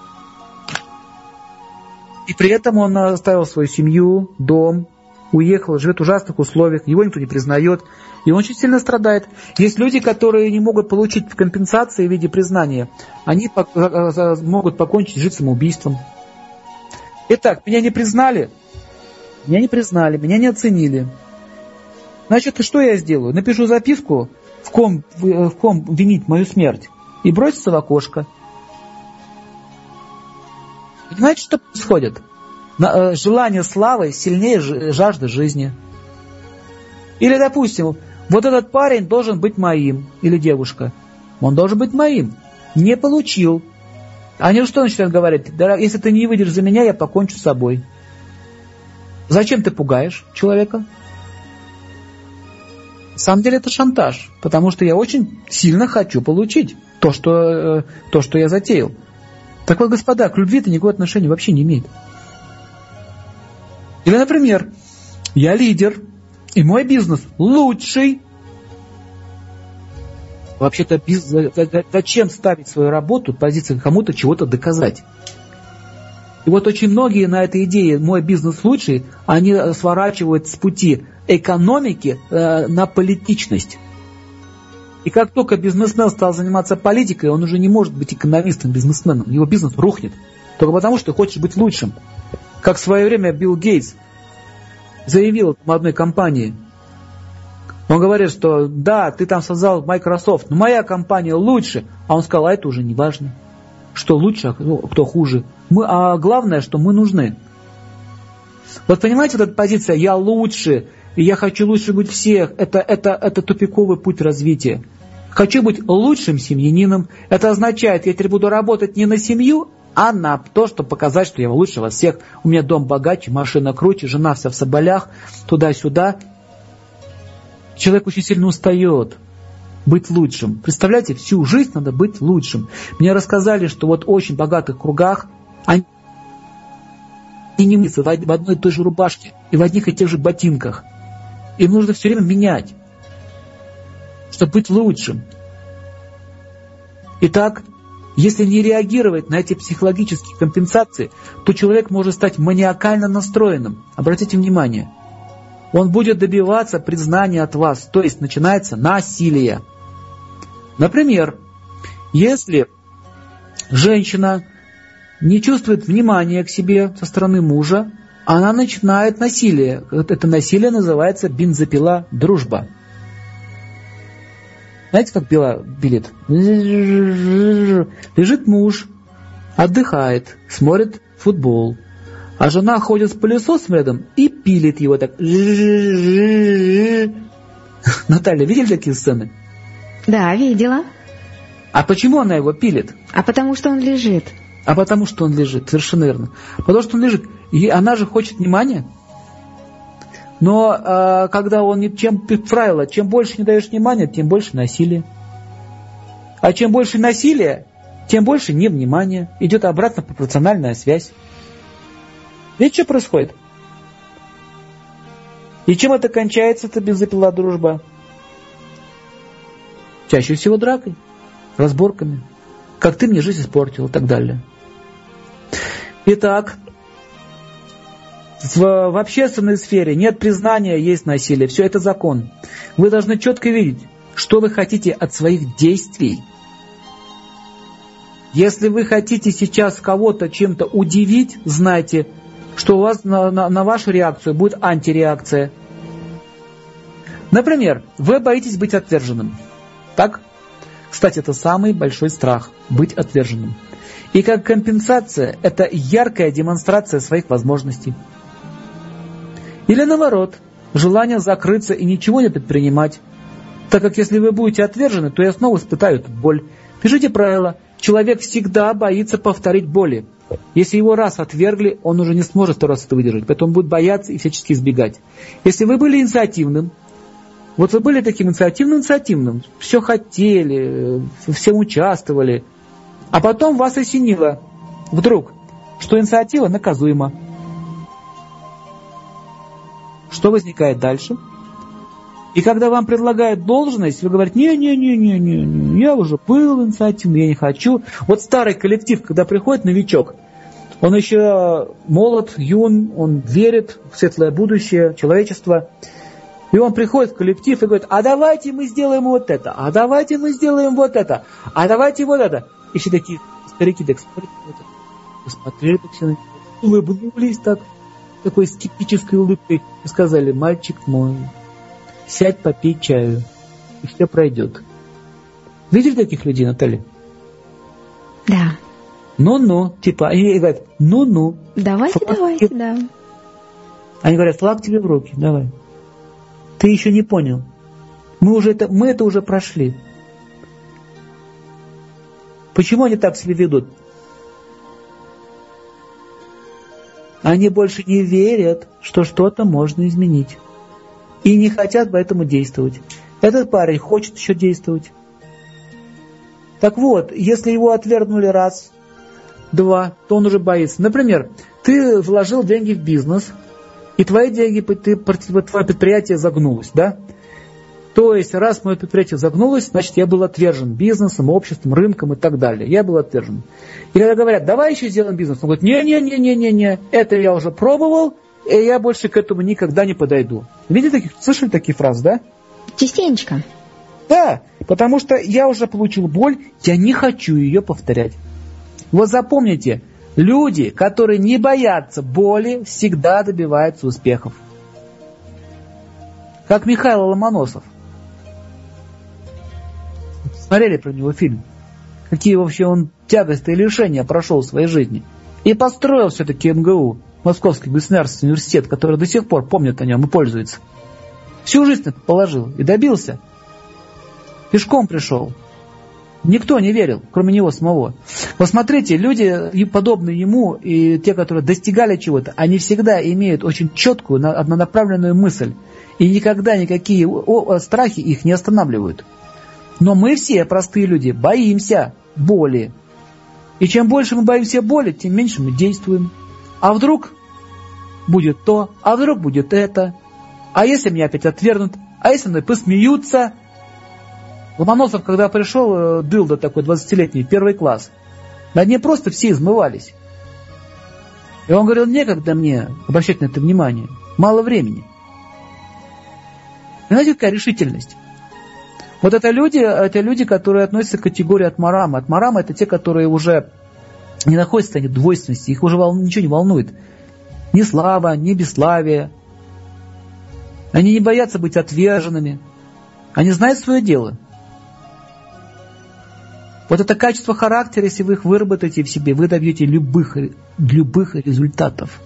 И при этом он оставил свою семью, дом, уехал, живет в ужасных условиях, его никто не признает, и он очень сильно страдает. Есть люди, которые не могут получить компенсации в виде признания, они могут покончить жизнь самоубийством. Итак, меня не признали, меня не оценили. Значит, что я сделаю? Напишу записку, в ком винить мою смерть, и броситься в окошко. Понимаете, что происходит? Желание славы сильнее жажды жизни. Или, допустим, вот этот парень должен быть моим, или девушка. Он должен быть моим. Не получил. Они что начинают говорить? Да, если ты не выйдешь за меня, я покончу с собой. Зачем ты пугаешь человека? На самом деле это шантаж, потому что я очень сильно хочу получить то, что я затеял. Так вот, господа, к любви это никакого отношения вообще не имеет. Или, например, я лидер, и мой бизнес лучший. Вообще-то, зачем ставить свою работу в позицию кому-то чего-то доказать? И вот очень многие на этой идее «мой бизнес лучший», они сворачивают с пути экономики на политичность. И как только бизнесмен стал заниматься политикой, он уже не может быть экономистом-бизнесменом. Его бизнес рухнет. Только потому, что хочет быть лучшим. Как в свое время Билл Гейтс заявил в одной компании. Он говорит, что да, ты там создал Microsoft, но моя компания лучше. А он сказал, а это уже не важно. Что лучше, а кто хуже. А главное, что мы нужны. Вот понимаете, вот эта позиция «я лучше», и «я хочу лучше быть всех», это тупиковый путь развития. Хочу быть лучшим семьянином. Это означает, я теперь буду работать не на семью, а на то, чтобы показать, что я лучше вас всех. У меня дом богаче, машина круче, жена вся в соболях, туда-сюда. Человек очень сильно устает быть лучшим. Представляете, всю жизнь надо быть лучшим. Мне рассказали, что вот в очень богатых кругах они не мыются в одной и той же рубашке и в одних и тех же ботинках. Им нужно все время менять, чтобы быть лучшим. Итак, если не реагировать на эти психологические компенсации, то человек может стать маниакально настроенным. Обратите внимание. Он будет добиваться признания от вас, то есть начинается насилие. Например, если женщина не чувствует внимания к себе со стороны мужа, она начинает насилие. Это насилие называется бензопила дружба. Знаете, как пила пилит? Лежит муж, отдыхает, смотрит футбол. А жена ходит с пылесосом рядом и пилит его так. Наталья, видели такие сцены? Да, видела. А почему она его пилит? А потому что он лежит. А потому что он лежит, совершенно верно. Потому что он лежит. И она же хочет внимания. Но когда правило, чем больше не даешь внимания, тем больше насилия. А чем больше насилия, тем больше невнимания. Идет обратно пропорциональная связь. Видите, что происходит? И чем это кончается, это бензопила дружба? Чаще всего дракой, разборками. как ты мне жизнь испортил и так далее. Итак, в общественной сфере нет признания, есть насилие. Все это закон. Вы должны четко видеть, что вы хотите от своих действий. Если вы хотите сейчас кого-то чем-то удивить, знайте, что у вас на вашу реакцию будет антиреакция. Например, вы боитесь быть отверженным. Так? Кстати, это самый большой страх – быть отверженным. И как компенсация – это яркая демонстрация своих возможностей. Или наоборот, желание закрыться и ничего не предпринимать. Так как если вы будете отвержены, то я снова испытаю эту боль. Пишите правило. Человек всегда боится повторить боли. Если его раз отвергли, он уже не сможет второй раз это выдержать. Поэтому он будет бояться и всячески избегать. Если вы были инициативным, вот вы были таким инициативным, все хотели, всем участвовали, а потом вас осенило вдруг, что инициатива наказуема. Что возникает дальше? И когда вам предлагают должность, вы говорите, не, я уже был инициативным, я не хочу. Вот старый коллектив, когда приходит новичок, он еще молод, юн, он верит в светлое будущее человечества. И он приходит в коллектив и говорит, а давайте мы сделаем вот это, а давайте мы сделаем вот это, а давайте вот это. И все такие старики так посмотрели, так все улыбнулись так, такой скептической улыбкой и сказали, мальчик мой, сядь, попей чаю, и все пройдет. Видели таких людей, Наталья? Да. Ну-ну, типа, они говорят, ну-ну. Давайте, да. Они говорят, флаг тебе в руки, давай. Ты еще не понял. Мы это уже прошли. Почему они так себя ведут? Они больше не верят, что что-то можно изменить. И не хотят поэтому действовать. Этот парень хочет еще действовать. Так вот, если его отвергнули раз, два, то он уже боится. Например, ты вложил деньги в бизнес, и твои деньги, твое предприятие загнулось, да? То есть, раз мое предприятие загнулось, значит, я был отвержен бизнесом, обществом, рынком и так далее. Я был отвержен. И когда говорят, давай еще сделаем бизнес, он говорит, не, это я уже пробовал, и я больше к этому никогда не подойду. Видите слышали такие фразы, да? Частенько. Да, потому что я уже получил боль, я не хочу ее повторять. Вот запомните, люди, которые не боятся боли, всегда добиваются успехов. Как Михаил Ломоносов. Смотрели про него фильм? Какие вообще он тягости и лишения прошел в своей жизни. И построил все-таки МГУ, Московский государственный университет, который до сих пор помнит о нем и пользуется. Всю жизнь это положил и добился. Пешком пришел. Никто не верил, кроме него самого. Вот смотрите, люди, подобные ему, и те, которые достигали чего-то, они всегда имеют очень четкую, однонаправленную мысль. И никогда никакие страхи их не останавливают. Но мы все, простые люди, боимся боли. И чем больше мы боимся боли, тем меньше мы действуем. А вдруг будет то, а вдруг будет это. А если меня опять отвергнут, а если мной посмеются. Ломоносов, когда пришел, дылда такой 20-летний, первый класс, над ней просто все измывались. И он говорил, некогда мне обращать на это внимание, мало времени. И знаете, какая решительность? Вот это люди, которые относятся к категории атмарама. Атмарама — это те, которые уже не находятся в состоянии двойственности, их уже ничего не волнует. Ни слава, ни бесславие. Они не боятся быть отверженными. Они знают свое дело. Вот это качество характера, если вы их выработаете в себе, вы добьете любых результатов.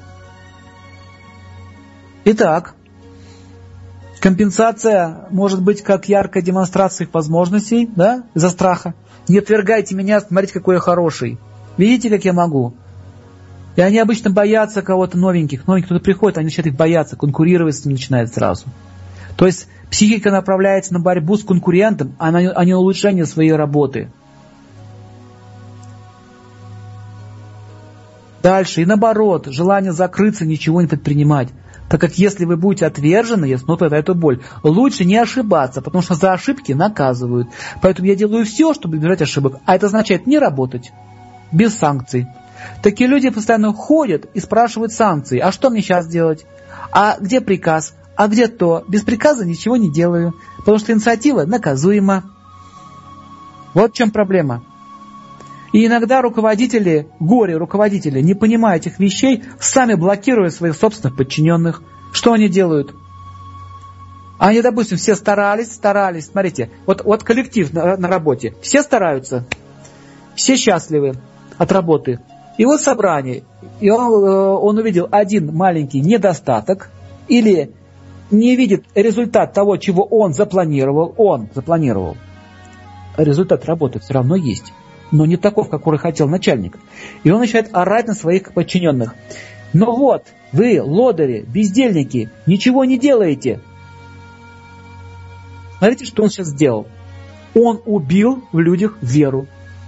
Итак, компенсация может быть как яркая демонстрация их возможностей, да, из-за страха. Не отвергайте меня, смотрите, какой я хороший. Видите, как я могу? И они обычно боятся кого-то новеньких. Новенький кто-то приходит, они начинают их бояться, конкурировать с ним начинают сразу. То есть психика направляется на борьбу с конкурентом, а не на улучшение своей работы. Дальше, и наоборот, желание закрыться, ничего не предпринимать. Так как если вы будете отвержены, я снова эту боль, лучше не ошибаться, потому что за ошибки наказывают. Поэтому я делаю все, чтобы избежать ошибок. А это означает не работать, без санкций. Такие люди постоянно ходят и спрашивают санкции. А что мне сейчас делать? А где приказ? А где то? Без приказа ничего не делаю, потому что инициатива наказуема. Вот в чем проблема. И иногда руководители, горе-руководители, не понимая этих вещей, сами блокируют своих собственных подчиненных. Что они делают? Они, допустим, все старались. Смотрите, вот коллектив на работе. Все стараются, все счастливы от работы. И вот собрание. И он увидел один маленький недостаток или не видит результат того, чего он запланировал. Результат работы все равно есть. Но не таков, который хотел начальник. И он начинает орать на своих подчиненных. Но вот, вы, лодыри, бездельники, ничего не делаете. Смотрите, что он сейчас сделал. Он убил в людях веру.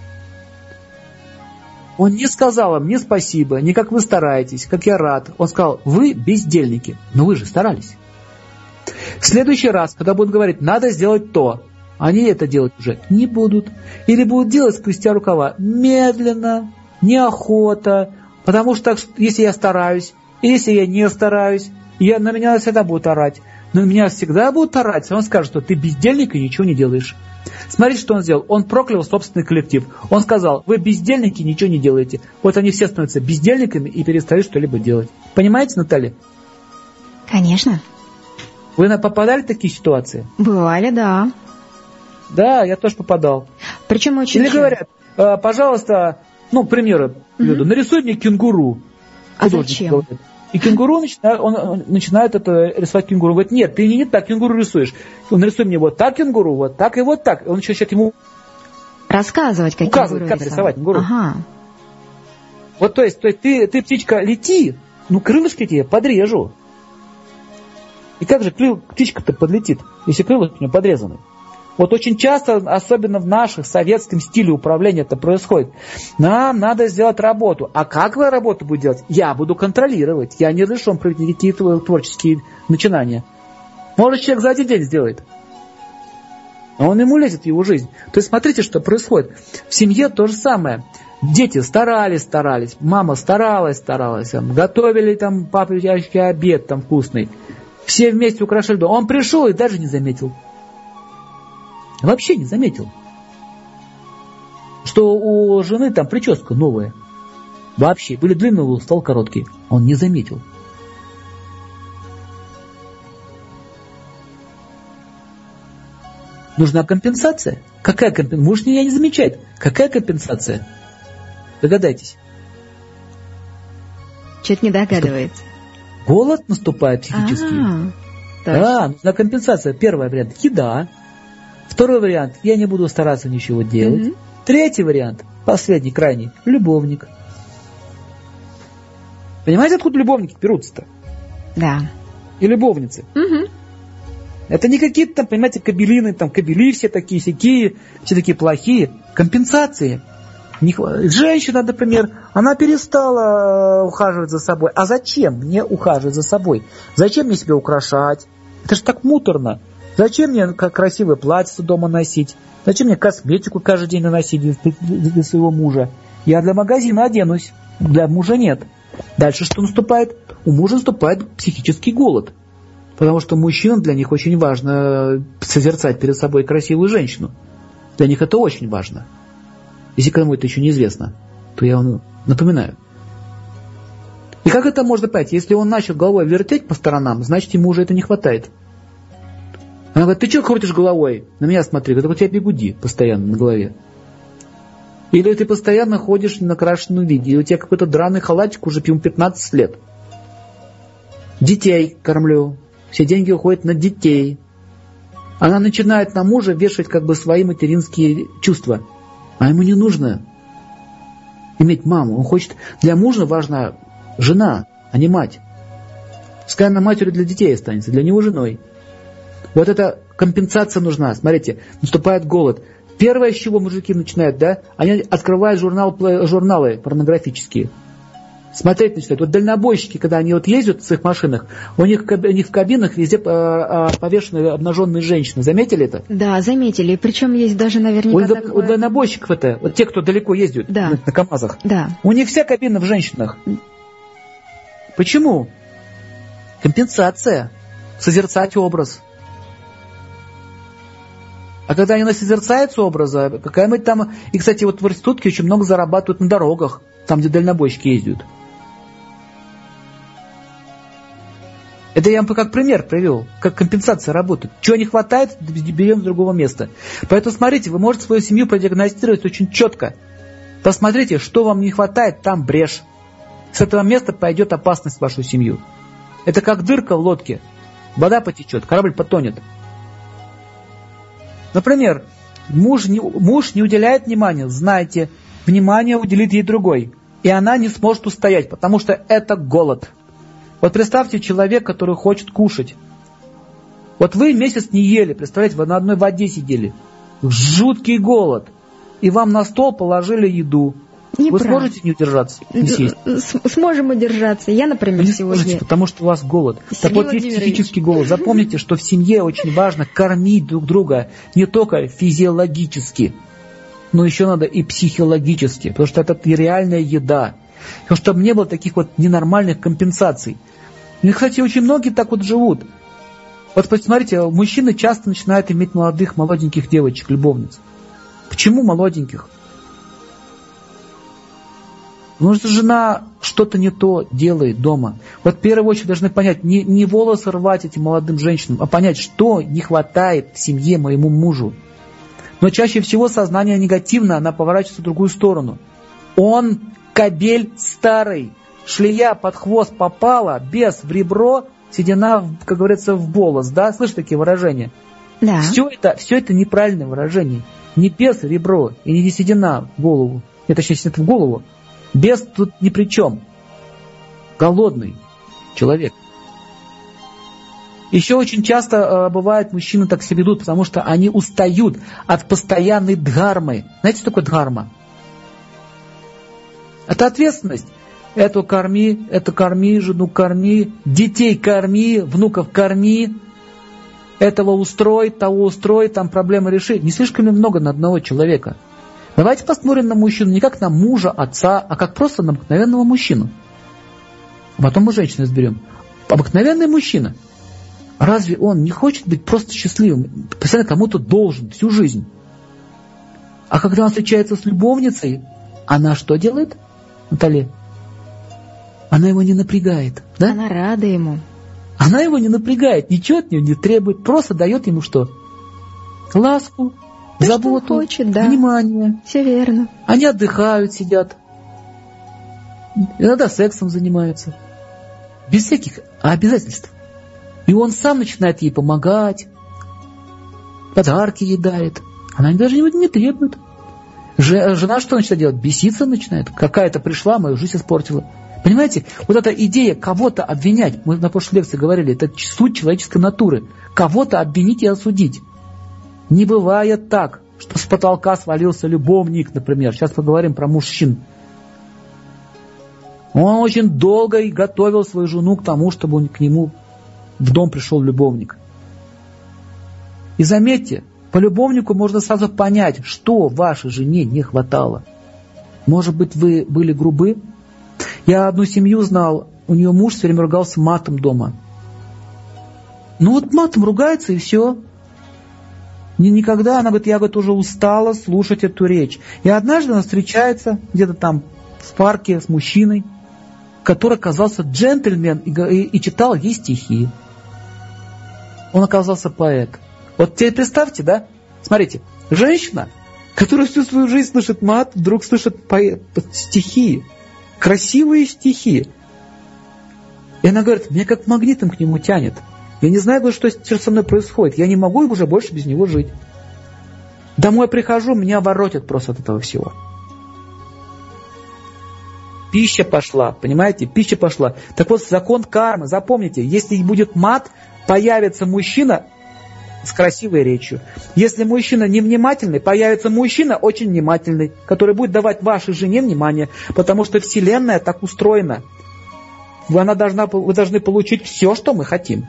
Он не сказал им ни спасибо, ни как вы стараетесь, как я рад. Он сказал, вы бездельники, но вы же старались. В следующий раз, когда будут говорить, надо сделать то, они это делать уже не будут. Или будут делать спустя рукава медленно, неохота. Потому что если я стараюсь, или если я не стараюсь, на меня всегда будут орать. Но на меня всегда будут орать, и он скажет, что ты бездельник и ничего не делаешь. Смотрите, что он сделал. Он проклял собственный коллектив. Он сказал, вы бездельники, ничего не делаете. Вот они все становятся бездельниками и перестают что-либо делать. Понимаете, Наталья? Конечно. Вы попадали в такие ситуации? Бывали, да. Да, я тоже попадал. Причем очень Или говорят, пожалуйста, к примеру, нарисуй мне кенгуру. А зачем? Говорит. И кенгуру начинает рисовать кенгуру. Говорит, нет, ты не так кенгуру рисуешь. Он нарисуй мне вот так кенгуру, вот так и вот так. Он еще начинает ему рассказывать, как указывать, как рисовать кенгуру. Ага. Вот то есть ты птичка, лети, крылышки тебе подрежу. И как же птичка-то подлетит, если крылышки у нее подрезаны? Вот очень часто, особенно в нашем советском стиле управления это происходит. Нам надо сделать работу. А как вы работу будете делать? Я буду контролировать. Я не разрешу провести никакие творческие начинания. Может, человек за один день сделает. А он ему лезет в его жизнь. То есть смотрите, что происходит. В семье то же самое. Дети старались. Мама старалась. Готовили папе обед вкусный. Все вместе украшали дом. Он пришел и даже не заметил. Вообще не заметил, что у жены прическа новая. Вообще, были длинные волосы, стал короткий. Он не заметил. Нужна компенсация. Какая компенсация? Муж меня не замечает. Какая компенсация? Догадайтесь. Чуть не догадывается. Голод наступает психический. Да, нужна компенсация. Первый вариант – еда. Второй вариант – я не буду стараться ничего делать. Третий вариант, последний, крайний – любовник. Понимаете, откуда любовники берутся-то? Да. И любовницы. Это не какие-то понимаете, кобелины, кобели все такие, сякие, все такие плохие. Компенсации. Женщина, например, она перестала ухаживать за собой. А зачем мне ухаживать за собой? Зачем мне себя украшать? Это же так муторно. Зачем мне красивое платье дома носить? Зачем мне косметику каждый день наносить для своего мужа? Я для магазина оденусь, для мужа нет. Дальше что наступает? У мужа наступает психический голод. Потому что мужчинам для них очень важно созерцать перед собой красивую женщину. Для них это очень важно. Если кому это еще неизвестно, то я вам напоминаю. И как это можно понять? Если он начал головой вертеть по сторонам, значит ему уже это не хватает. Она говорит, ты что крутишь головой? На меня смотри, как у тебя бигуди постоянно на голове. Или ты постоянно ходишь в накрашенном виде, и у тебя какой-то драный халатик уже 15 лет. Детей кормлю. Все деньги уходят на детей. Она начинает на мужа вешать свои материнские чувства. А ему не нужно иметь маму. Он хочет... Для мужа важна жена, а не мать. Пускай она матерью для детей останется, для него женой. Вот эта компенсация нужна. Смотрите, наступает голод. Первое, с чего мужики начинают, они открывают журналы порнографические. Смотреть начинают. Вот дальнобойщики, когда они вот ездят в своих машинах, у них в кабинах везде повешены обнаженные женщины. Заметили это? Да, заметили. Причем есть даже наверняка У дальнобойщиков это, вот те, кто далеко ездят на КАМАЗах, у них вся кабина в женщинах. Почему? Компенсация. Созерцать образ. А когда они насозерцаются образа, какая-нибудь там... И, кстати, вот в проститутке очень много зарабатывают на дорогах, там, где дальнобойщики ездят. Это я вам как пример привел, как компенсация работает. Чего не хватает, берем с другого места. Поэтому смотрите, вы можете свою семью продиагностировать очень четко. Посмотрите, что вам не хватает, там брешь. С этого места пойдет опасность в вашу семью. Это как дырка в лодке. Вода потечет, корабль потонет. Например, муж не уделяет внимания, знайте, внимание уделит ей другой. И она не сможет устоять, потому что это голод. Вот представьте человек, который хочет кушать. Вот вы месяц не ели, представляете, вы на одной воде сидели. Жуткий голод. И вам на стол положили еду. Вы сможете не удержаться? Не съесть? Сможем удержаться. Я, например, не сегодня... сможете, потому что у вас голод. Так вот, есть психический голод. Запомните, что в семье очень важно кормить друг друга не только физиологически, но еще надо и психологически, потому что это реальная еда. Чтобы не было таких вот ненормальных компенсаций. И, кстати, очень многие так вот живут. Вот посмотрите, мужчины часто начинают иметь молоденьких девочек, любовниц. Почему молоденьких? Потому что жена что-то не то делает дома. Вот в первую очередь должны понять, не волосы рвать этим молодым женщинам, а понять, что не хватает в семье моему мужу. Но чаще всего сознание негативно, она поворачивается в другую сторону. Он кобель старый. Шлея под хвост попала, бес в ребро, седина, как говорится, в волос. Да, слышишь такие выражения? Да. Все это неправильное выражение. Не бес в ребро и не седина в голову. Точнее, это в голову. Бес тут ни при чем. Голодный человек. Еще очень часто бывает, мужчины так себя ведут, потому что они устают от постоянной дхармы. Знаете, что такое дхарма? Это ответственность. Эту корми, жену корми, детей корми, внуков корми, этого устрой, того устрой, там проблемы реши. Не слишком ли много на одного человека? Давайте посмотрим на мужчину не как на мужа, отца, а как просто на обыкновенного мужчину. А потом мы женщину изберем. Обыкновенный мужчина. Разве он не хочет быть просто счастливым? Постоянно кому-то должен всю жизнь. А когда он встречается с любовницей, она что делает, Наталья? Она его не напрягает. Да? Она рада ему. Она его не напрягает, ничего от него не требует, просто дает ему что? Ласку, заботу, хочет, да. внимание. Все верно. Они отдыхают, сидят. Иногда сексом занимаются. Без всяких обязательств. И он сам начинает ей помогать. Подарки ей дарит. Она даже его не требует. Жена что начинает делать? Беситься начинает. Какая-то пришла, мою жизнь испортила. Понимаете, вот эта идея кого-то обвинять, мы на прошлой лекции говорили, это суть человеческой натуры. Кого-то обвинить и осудить. Не бывает так, что с потолка свалился любовник, например. Сейчас поговорим про мужчин. Он очень долго и готовил свою жену к тому, чтобы к нему в дом пришел любовник. И заметьте, по любовнику можно сразу понять, что вашей жене не хватало. Может быть, вы были грубы? Я одну семью знал, у нее муж все время ругался матом дома. Ну вот матом ругается и все. Никогда, она говорит, я уже устала слушать эту речь. И однажды она встречается где-то там в парке с мужчиной, который оказался джентльмен и читал ей стихи. Он оказался поэт. Вот теперь представьте, да? Смотрите, женщина, которая всю свою жизнь слышит мат, вдруг слышит стихи. Красивые стихи. И она говорит, меня как магнитом к нему тянет. Я не знаю, что со мной происходит. Я не могу уже больше без него жить. Домой прихожу, меня воротит просто от этого всего. Пища пошла, понимаете? Пища пошла. Так вот, закон кармы, запомните, если будет мат, появится мужчина, с красивой речью. Если мужчина невнимательный, появится мужчина очень внимательный, который будет давать вашей жене внимание, потому что Вселенная так устроена. Вы должны получить все, что мы хотим.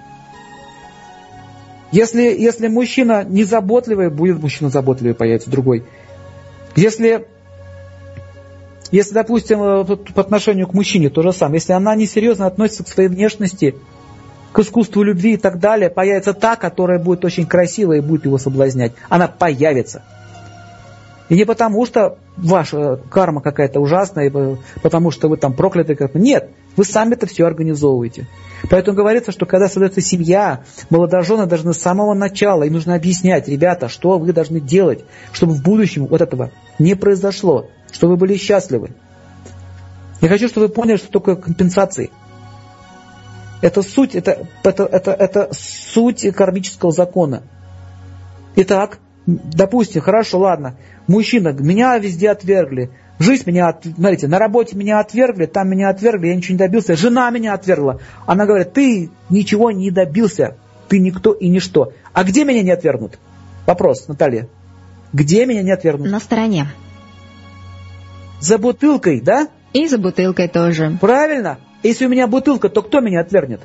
Если мужчина незаботливый, будет мужчина заботливый, появится другой. Если, допустим, по отношению к мужчине то же самое, если она несерьезно относится к своей внешности, к искусству любви и так далее, появится та, которая будет очень красивая и будет его соблазнять. Она появится. И не потому, что ваша карма какая-то ужасная, потому что вы там прокляты. Нет, вы сами это все организовываете. Поэтому говорится, что когда создается семья, молодожены должны с самого начала, им нужно объяснять: ребята, что вы должны делать, чтобы в будущем вот этого не произошло, чтобы вы были счастливы. Я хочу, чтобы вы поняли, что такое компенсации. Это суть, это суть кармического закона. Итак, допустим, хорошо, ладно, мужчина, меня везде отвергли, жизнь меня, смотрите, на работе меня отвергли, там меня отвергли, я ничего не добился, жена меня отвергла. Она говорит: ты ничего не добился, ты никто и ничто. А где меня не отвергнут? Вопрос, Наталья. Где меня не отвергнут? На стороне. За бутылкой, да? И за бутылкой тоже. Правильно. Если у меня бутылка, то кто меня отвергнет?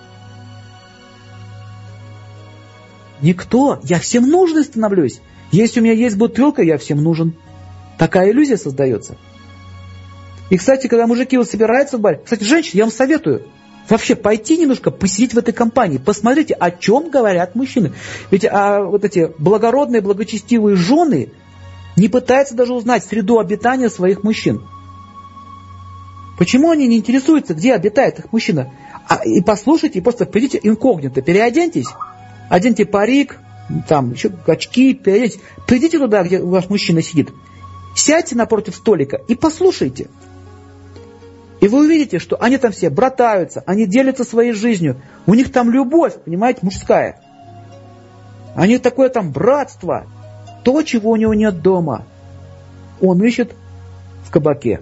Никто. Я всем нужен становлюсь. Если у меня есть бутылка, я всем нужен. Такая иллюзия создается. И, кстати, когда мужики вот собираются в баре, кстати, женщины, я вам советую вообще пойти немножко посидеть в этой компании, посмотрите, о чем говорят мужчины. Ведь вот эти благородные, благочестивые жены не пытаются даже узнать среду обитания своих мужчин. Почему они не интересуются, где обитает их мужчина? И послушайте, и просто придите инкогнито, переоденьтесь, оденьте парик, там еще очки, переоденьтесь. Придите туда, где ваш мужчина сидит, сядьте напротив столика и послушайте. И вы увидите, что они там все братаются, они делятся своей жизнью. У них там любовь, понимаете, мужская. У них такое там братство. То, чего у него нет дома, он ищет в кабаке.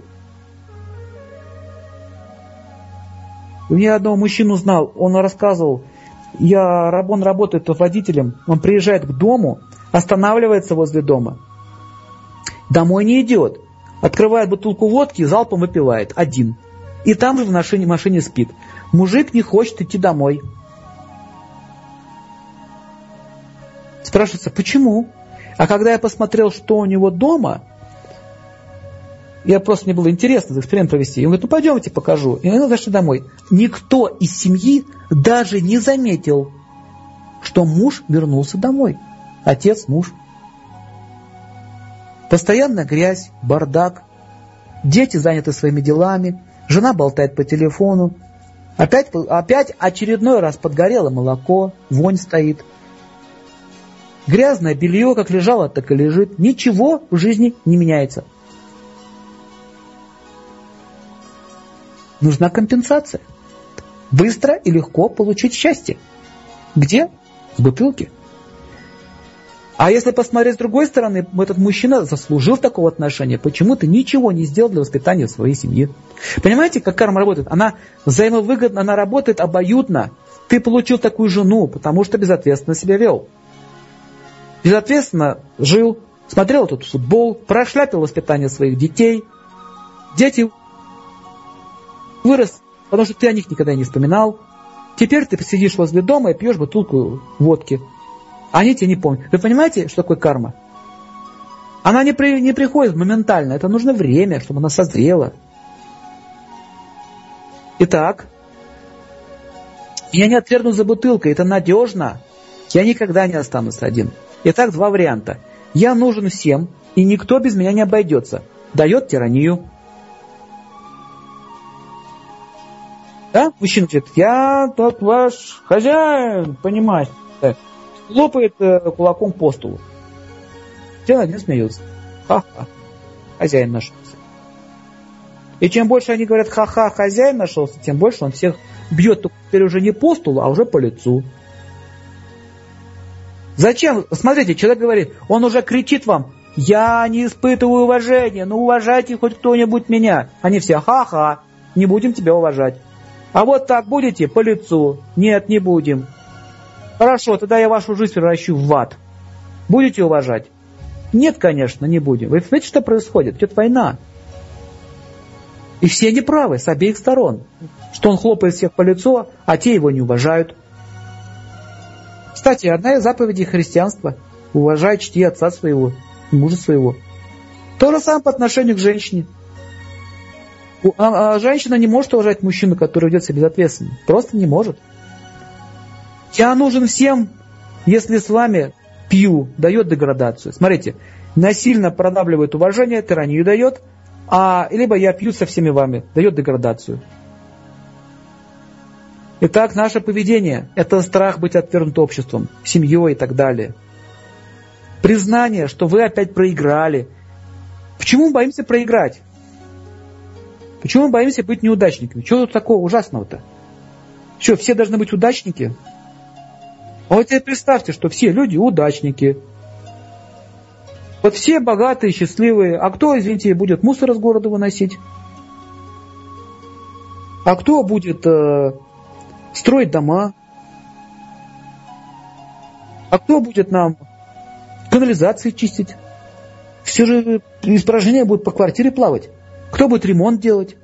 Я одного мужчину знал, он рассказывал, он работает водителем, он приезжает к дому, останавливается возле дома, домой не идет, открывает бутылку водки и залпом выпивает, один. И там же в машине спит. Мужик не хочет идти домой. Спрашивается, почему? А когда я посмотрел, что у него дома, мне было интересно эксперимент провести. И он говорит: пойдемте покажу. И мы зашли домой. Никто из семьи даже не заметил, что муж вернулся домой. Отец, муж. Постоянная грязь, бардак. Дети заняты своими делами. Жена болтает по телефону. Опять очередной раз подгорело молоко. Вонь стоит. Грязное белье как лежало, так и лежит. Ничего в жизни не меняется. Нужна компенсация. Быстро и легко получить счастье. Где? В бутылке. А если посмотреть с другой стороны, этот мужчина заслужил такого отношения. Почему-то ничего не сделал для воспитания своей семьи. Понимаете, как карма работает? Она взаимовыгодна, она работает обоюдно. Ты получил такую жену, потому что безответственно себя вел. Безответственно жил, смотрел тут футбол, прошляпил воспитание своих детей. Дети вырос, потому что ты о них никогда не вспоминал. Теперь ты сидишь возле дома и пьешь бутылку водки. Они тебя не помнят. Вы понимаете, что такое карма? Она не приходит моментально. Это нужно время, чтобы она созрела. Итак, меня не отвергнут за бутылкой. Это надежно. Я никогда не останусь один. Итак, два варианта. Я нужен всем, и никто без меня не обойдется. Дает тиранию. Да? Мужчина говорит: я тот ваш хозяин, понимаете. Лопает кулаком по столу. Все один смеется. Ха-ха. Хозяин нашелся. И чем больше они говорят: ха-ха, хозяин нашелся, тем больше он всех бьет теперь уже не по столу, а уже по лицу. Зачем? Смотрите, человек говорит, он уже кричит вам: я не испытываю уважения, ну уважайте хоть кто-нибудь меня. Они все: ха-ха, не будем тебя уважать. А вот так будете по лицу? Нет, не будем. Хорошо, тогда я вашу жизнь превращу в ад. Будете уважать? Нет, конечно, не будем. Вы знаете, что происходит? Идет война. И все неправы с обеих сторон. Что он хлопает всех по лицу, а те его не уважают. Кстати, одна из заповедей христианства – уважай, чти отца своего, мужа своего. То же самое по отношению к женщине. Женщина не может уважать мужчину, который ведет себя безответственно. Просто не может. Я нужен всем, если с вами пью, дает деградацию. Смотрите, насильно продавливает уважение, тиранию дает, либо я пью со всеми вами, дает деградацию. Итак, наше поведение – это страх быть отвергнут обществом, семьей и так далее. Признание, что вы опять проиграли. Почему мы боимся проиграть? Почему мы боимся быть неудачниками? Чего тут такого ужасного-то? Что, все должны быть удачники? А вот теперь представьте, что все люди удачники. Вот все богатые, счастливые. А кто, извините, будет мусор из города выносить? А кто будет строить дома? А кто будет нам канализации чистить? Все же испражнения будут по квартире плавать. Кто будет ремонт делать?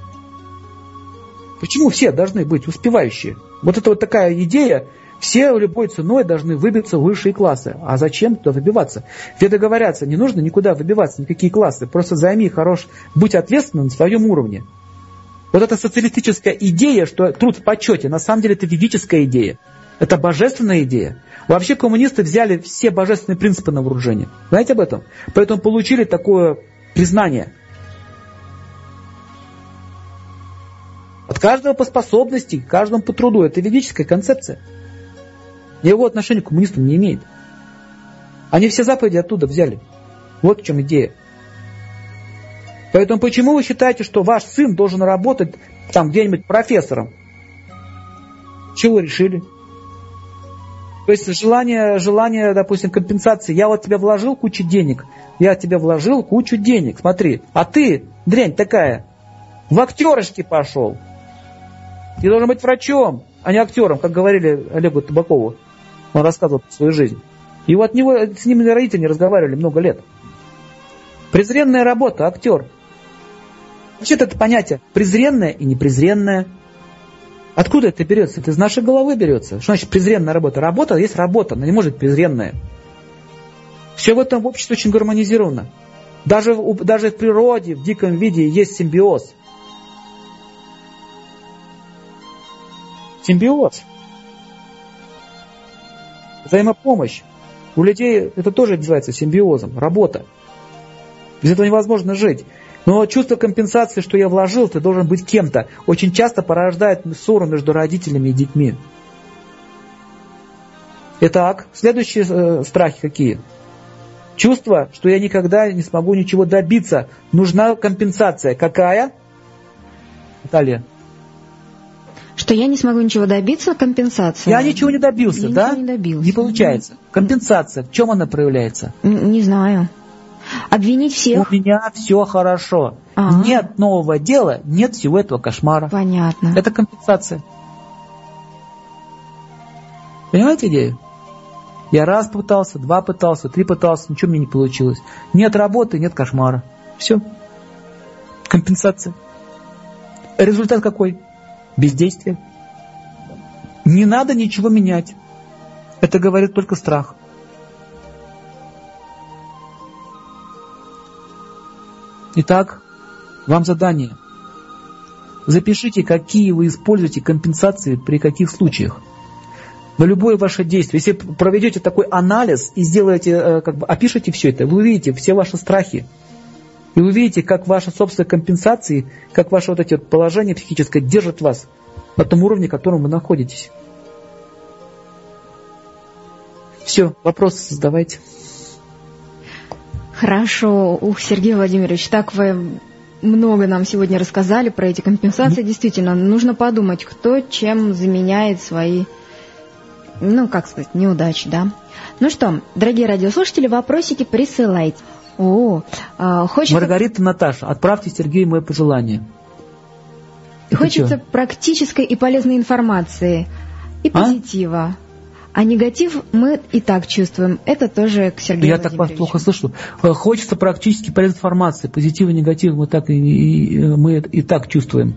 Почему все должны быть успевающие? Вот это вот такая идея. Все любой ценой должны выбиться в высшие классы. А зачем туда выбиваться? Веды говорятся, не нужно никуда выбиваться, никакие классы. Просто займи будь ответственным на своем уровне. Вот эта социалистическая идея, что труд в почете, на самом деле это ведическая идея. Это божественная идея. Вообще коммунисты взяли все божественные принципы на вооружение. Знаете об этом? Поэтому получили такое признание. От каждого по способности, каждому по труду. Это ведическая концепция. Его отношение к коммунистам не имеет. Они все заповеди оттуда взяли. Вот в чем идея. Поэтому почему вы считаете, что ваш сын должен работать там где-нибудь профессором? Чего вы решили? То есть желание, допустим, компенсации. Я вот тебе вложил кучу денег. Смотри. А ты, дрянь такая, в актерышки пошел. Ты должен быть врачом, а не актером, как говорили Олегу Табакову. Он рассказывал про свою жизнь. И вот с ним родители не разговаривали много лет. Презренная работа, актер. Вообще-то это понятие презренное и непрезренное. Откуда это берется? Это из нашей головы берется. Что значит презренная работа? Работа есть работа, она не может быть презренная. Все в этом обществе очень гармонизировано. Даже в природе, в диком виде есть симбиоз. Симбиоз. Взаимопомощь. У людей это тоже называется симбиозом, работа. Без этого невозможно жить. Но чувство компенсации, что я вложил, ты должен быть кем-то, очень часто порождает ссору между родителями и детьми. Итак, следующие страхи какие? Чувство, что я никогда не смогу ничего добиться. Нужна компенсация. Какая? Наталья. Что я не смогу ничего добиться, компенсация. Я ничего не добился, я да? Ничего не добился. Не получается. Компенсация. В чем она проявляется? Не знаю. Обвинить всех. У меня все хорошо. Ага. Нет нового дела, нет всего этого кошмара. Понятно. Это компенсация. Понимаете идею? Я раз пытался, два пытался, три пытался, ничего мне не получилось. Нет работы, нет кошмара. Все. Компенсация. Результат какой? Бездействие. Не надо ничего менять. Это говорит только страх. Итак, вам задание. Запишите, какие вы используете компенсации при каких случаях. На любое ваше действие. Если проведете такой анализ и сделаете, опишите все это, вы увидите все ваши страхи. И вы увидите, как ваши собственные компенсации, как ваше вот эти вот положение психическое держит вас на том уровне, на котором вы находитесь. Все, вопросы задавайте. Хорошо. Сергей Владимирович, так вы много нам сегодня рассказали про эти компенсации. Действительно, нужно подумать, кто чем заменяет свои, неудачи, да? Ну что, дорогие радиослушатели, вопросики присылайте. Маргарита, Наташа, отправьте Сергею мои пожелания. Хочется практической и полезной информации и позитива. А негатив мы и так чувствуем. Это тоже к Сергею Я так вас плохо слышу. Хочется практически полезной информации. Позитив и негатив мы и так чувствуем.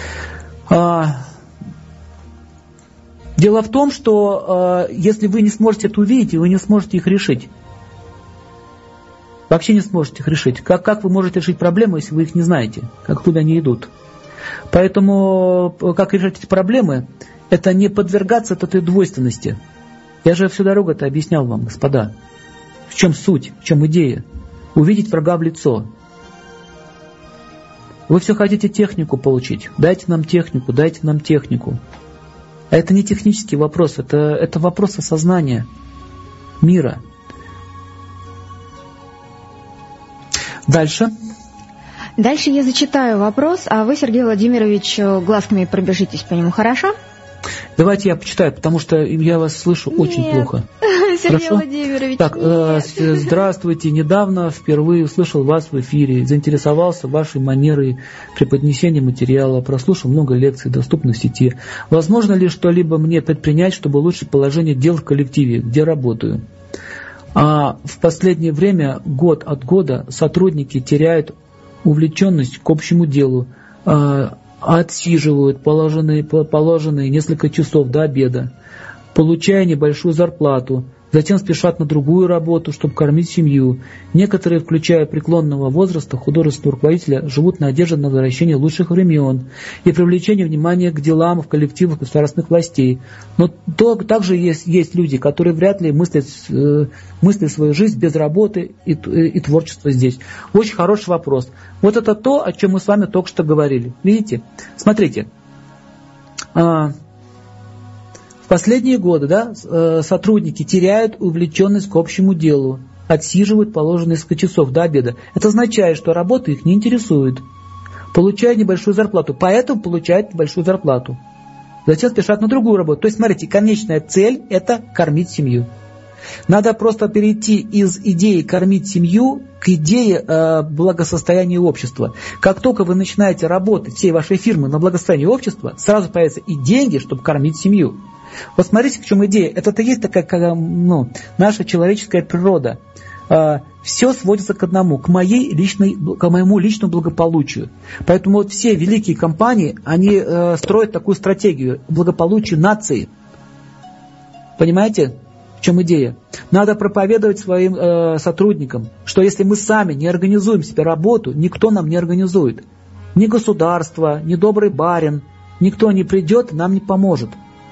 Дело в том, что если вы не сможете это увидеть, вы не сможете их решить. Вообще не сможете их решить. Как вы можете решить проблемы, если вы их не знаете? Откуда они идут? Поэтому, как решать эти проблемы, это не подвергаться этой двойственности. Я же всю дорогу это объяснял вам, господа. В чем суть, в чем идея? Увидеть врага в лицо. Вы все хотите технику получить. Дайте нам технику, дайте нам технику. А это не технический вопрос, это вопрос осознания мира. Дальше. Дальше я зачитаю вопрос, а вы, Сергей Владимирович, глазками пробежитесь по нему, хорошо? Давайте я почитаю, потому что я вас слышу очень плохо. Сергей Хорошо? Владимирович, так, здравствуйте. Недавно впервые услышал вас в эфире, заинтересовался вашей манерой преподнесения материала, прослушал много лекций, доступных в сети. Возможно ли что-либо мне предпринять, чтобы улучшить положение дел в коллективе, где работаю? В последнее время, год от года, сотрудники теряют увлеченность к общему делу, отсиживают положенные несколько часов до обеда, получая небольшую зарплату, затем спешат на другую работу, чтобы кормить семью. Некоторые, включая преклонного возраста художественного руководителя, живут в надежде на возвращение лучших времен и привлечение внимания к делам в коллективах государственных властей. Но также есть люди, которые вряд ли мыслят свою жизнь без работы и творчества здесь. Очень хороший вопрос. Вот это то, о чем мы с вами только что говорили. Видите? Смотрите. В последние годы сотрудники теряют увлеченность к общему делу, отсиживают положенные несколько часов до обеда. Это означает, что работа их не интересует. Получают небольшую зарплату, поэтому получают небольшую зарплату. Затем спешат на другую работу. То есть, смотрите, конечная цель – это кормить семью. Надо просто перейти из идеи кормить семью к идее благосостояния общества. Как только вы начинаете работать всей вашей фирмы на благосостояние общества, сразу появятся и деньги, чтобы кормить семью. Вот смотрите, в чем идея. Это-то есть такая наша человеческая природа. Все сводится к одному, к моему личному благополучию. Поэтому вот все великие компании, они строят такую стратегию благополучия нации. Понимаете, в чем идея? Надо проповедовать своим сотрудникам, что если мы сами не организуем себе работу, никто нам не организует. Ни государство, ни добрый барин, никто не придет, нам не поможет.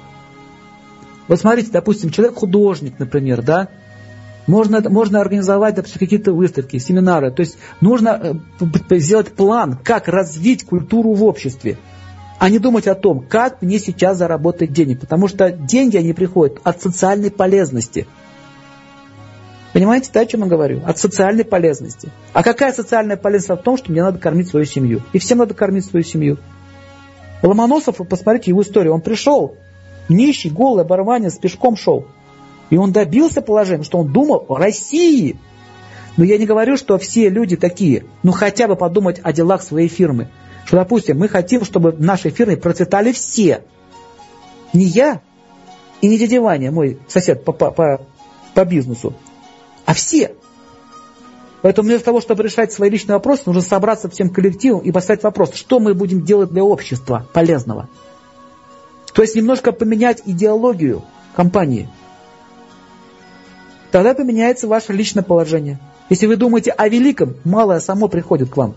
Вот смотрите, допустим, человек-художник, например, да, можно организовать, допустим, какие-то выставки, семинары. То есть нужно сделать план, как развить культуру в обществе, а не думать о том, как мне сейчас заработать денег. Потому что деньги, они приходят от социальной полезности. Понимаете, да, о чем я говорю? От социальной полезности. А какая социальная полезность в том, что мне надо кормить свою семью? И всем надо кормить свою семью. Ломоносов, посмотрите его историю, он пришел, нищий, голый, оборванец, пешком шел. И он добился положения, что он думал о России. Но я не говорю, что все люди такие. Ну хотя бы подумать о делах своей фирмы. Что, допустим, мы хотим, чтобы в нашей фирме процветали все. Не я и не дядя Ваня, мой сосед по бизнесу, а все. Поэтому вместо того, чтобы решать свои личные вопросы, нужно собраться всем коллективом и поставить вопрос, что мы будем делать для общества полезного. То есть немножко поменять идеологию компании. Тогда поменяется ваше личное положение. Если вы думаете о великом, малое само приходит к вам.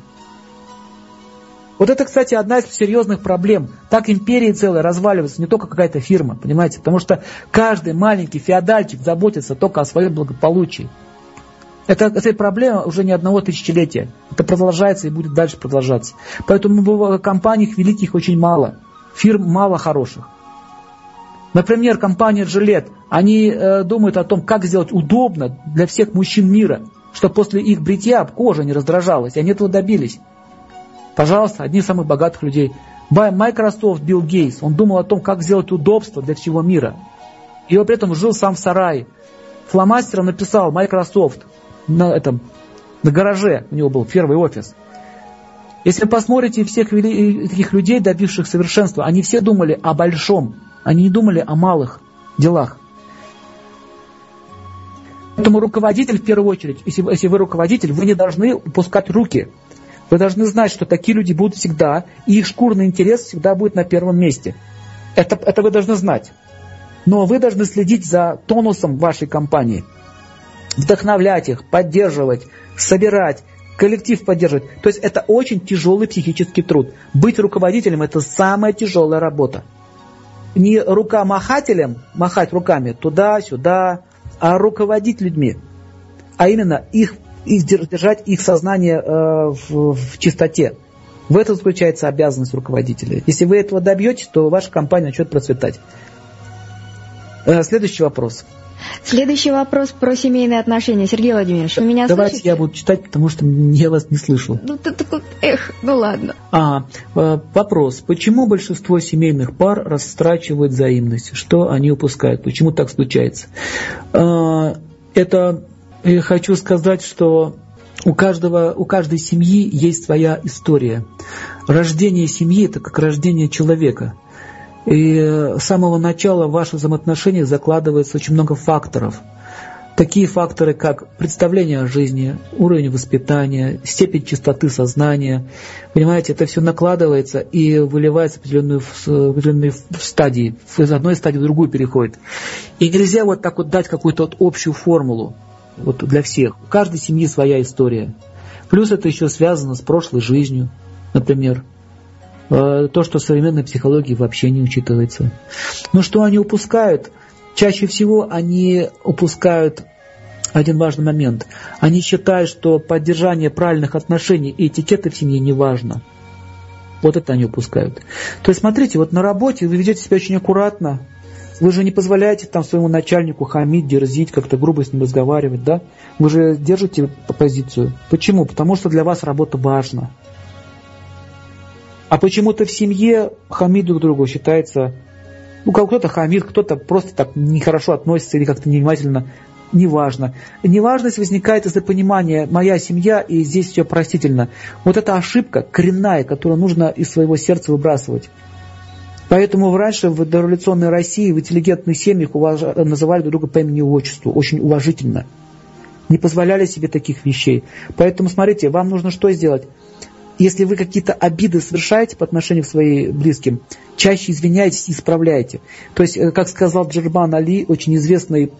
Вот это, кстати, одна из серьезных проблем. Так империи целые разваливаются, не только какая-то фирма, понимаете? Потому что каждый маленький феодальчик заботится только о своем благополучии. Эта проблема уже не одного тысячелетия. Это продолжается и будет дальше продолжаться. Поэтому в компаниях великих очень мало. Фирм мало хороших. Например, компания Gillette, они думают о том, как сделать удобно для всех мужчин мира, чтобы после их бритья кожа не раздражалась, и они этого добились. Пожалуйста, одни из самых богатых людей. Microsoft, Билл Гейтс, он думал о том, как сделать удобство для всего мира. И он при этом жил сам в сарае. Фломастером написал Microsoft на гараже, у него был первый офис. Если вы посмотрите всех таких людей, добивших совершенства, они все думали о большом, они не думали о малых делах. Поэтому руководитель, в первую очередь, если вы руководитель, вы не должны упускать руки. Вы должны знать, что такие люди будут всегда, и их шкурный интерес всегда будет на первом месте. Это вы должны знать. Но вы должны следить за тонусом вашей компании. Вдохновлять их, поддерживать, собирать, коллектив поддерживать. То есть это очень тяжелый психический труд. Быть руководителем – это самая тяжелая работа. Не рукомахателем, махать руками туда-сюда, а руководить людьми. А именно держать их сознание в чистоте. В этом заключается обязанность руководителя. Если вы этого добьетесь, то ваша компания начнет процветать. Следующий вопрос. Следующий вопрос про семейные отношения. Сергей Владимирович, вы меня Давайте слышите? я буду читать, потому что я вас не слышу. Ну ладно. Вопрос. Почему большинство семейных пар растрачивают взаимность? Что они упускают? Почему так случается? Я хочу сказать, что у каждой семьи есть своя история. Рождение семьи – это как рождение человека. И с самого начала в ваших взаимоотношениях закладывается очень много факторов. Такие факторы, как представление о жизни, уровень воспитания, степень чистоты сознания. Понимаете, это все накладывается и выливается в определенные стадии. Из одной стадии в другую переходит. И нельзя вот так вот дать какую-то общую формулу для всех. У каждой семьи своя история. Плюс это еще связано с прошлой жизнью, например. То, что в современной психологии вообще не учитывается. Но что они упускают? Чаще всего они упускают один важный момент. Они считают, что поддержание правильных отношений и этикета в семье не важно. Вот это они упускают. То есть, смотрите, на работе вы ведете себя очень аккуратно. Вы же не позволяете своему начальнику хамить, дерзить, как-то грубо с ним разговаривать, да? Вы же держите позицию. Почему? Потому что для вас работа важна. А почему-то в семье хамить друг другу считается, кто-то хамит, кто-то просто так нехорошо относится или как-то невнимательно, неважно. Неважность возникает из-за понимания «моя семья» и здесь все простительно. Вот эта ошибка коренная, которую нужно из своего сердца выбрасывать. Поэтому раньше в дореволюционной России в интеллигентных семьях называли друг друга по имени и отчеству, очень уважительно. Не позволяли себе таких вещей. Поэтому, смотрите, вам нужно что сделать? Если вы какие-то обиды совершаете по отношению к своим близким, чаще извиняйтесь и исправляйте. То есть, как сказал Джербан Али, очень известный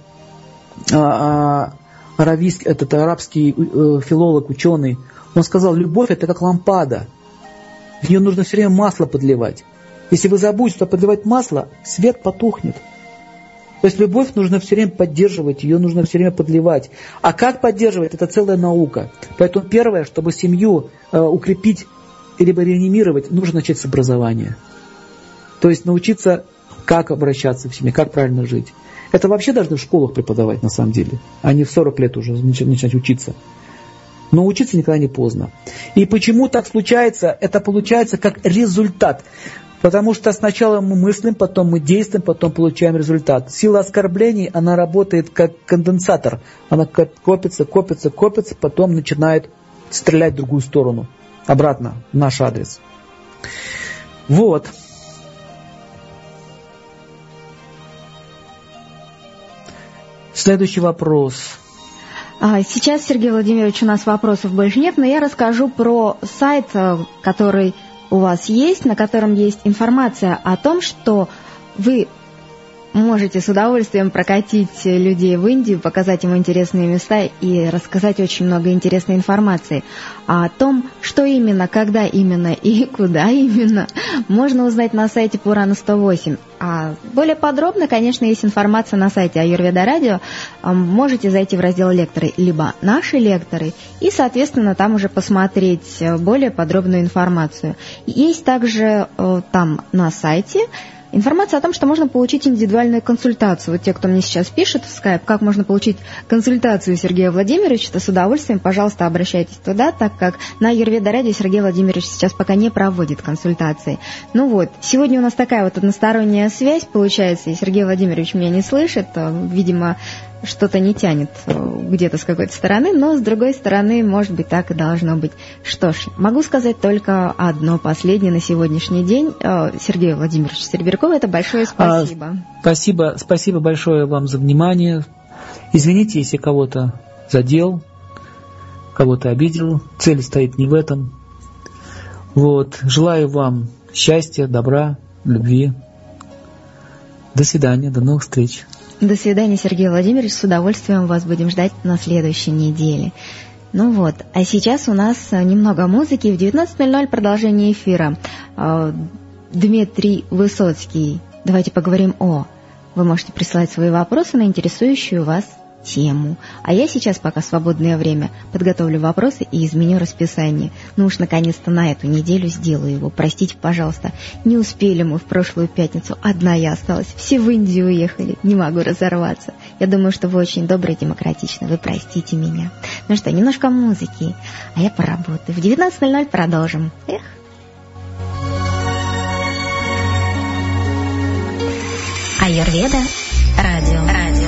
арабский филолог, ученый, он сказал, любовь это как лампада. В нее нужно все время масло подливать. Если вы забудете подливать масло, свет потухнет. То есть любовь нужно все время поддерживать, ее нужно все время подливать. А как поддерживать, это целая наука. Поэтому первое, чтобы семью укрепить либо реанимировать, нужно начать с образования. То есть научиться, как обращаться в семье, как правильно жить. Это вообще должны в школах преподавать на самом деле, а не в 40 лет уже начать учиться. Но учиться никогда не поздно. И почему так случается? Это получается как результат. Потому что сначала мы мыслим, потом мы действуем, потом получаем результат. Сила оскорблений, она работает как конденсатор. Она копится, потом начинает стрелять в другую сторону. Обратно, в наш адрес. Вот. Следующий вопрос. Сейчас, Сергей Владимирович, у нас вопросов больше нет, но я расскажу про сайт, который у вас есть, на котором есть информация о том, что вы можете с удовольствием прокатить людей в Индию, показать им интересные места и рассказать очень много интересной информации. А о том, что именно, когда именно и куда именно, можно узнать на сайте Пурана 108. А более подробно, конечно, есть информация на сайте Аюрведа Радио. Можете зайти в раздел «Лекторы», либо «Наши лекторы», и, соответственно, там уже посмотреть более подробную информацию. Есть также там на сайте информация о том, что можно получить индивидуальную консультацию. Вот те, кто мне сейчас пишет в скайп, как можно получить консультацию Сергея Владимировича, то с удовольствием, пожалуйста, обращайтесь туда, так как на Аюрведа Радио Сергей Владимирович сейчас пока не проводит консультации. Ну вот, сегодня у нас такая вот односторонняя связь получается, и Сергей Владимирович меня не слышит, видимо, что-то не тянет где-то с какой-то стороны, но с другой стороны, может быть, так и должно быть. Что ж, могу сказать только одно последнее на сегодняшний день. Сергей Владимирович Серебряков, это большое спасибо. Спасибо большое вам за внимание. Извините, если кого-то задел, кого-то обидел. Цель стоит не в этом. Вот. Желаю вам счастья, добра, любви. До свидания, до новых встреч. До свидания, Сергей Владимирович. С удовольствием вас будем ждать на следующей неделе. Ну вот, а сейчас у нас немного музыки. В 19:00 продолжение эфира. Дмитрий Высоцкий. Давайте поговорим о... Вы можете присылать свои вопросы на интересующую вас тему. А я сейчас, пока свободное время, подготовлю вопросы и изменю расписание. Ну уж наконец-то на эту неделю сделаю его. Простите, пожалуйста, не успели мы в прошлую пятницу. Одна я осталась. Все в Индию уехали. Не могу разорваться. Я думаю, что вы очень добрый и демократичны. Вы простите меня. Ну что, немножко музыки, а я поработаю. В 19:00 продолжим. Эх. Аюрведа радио.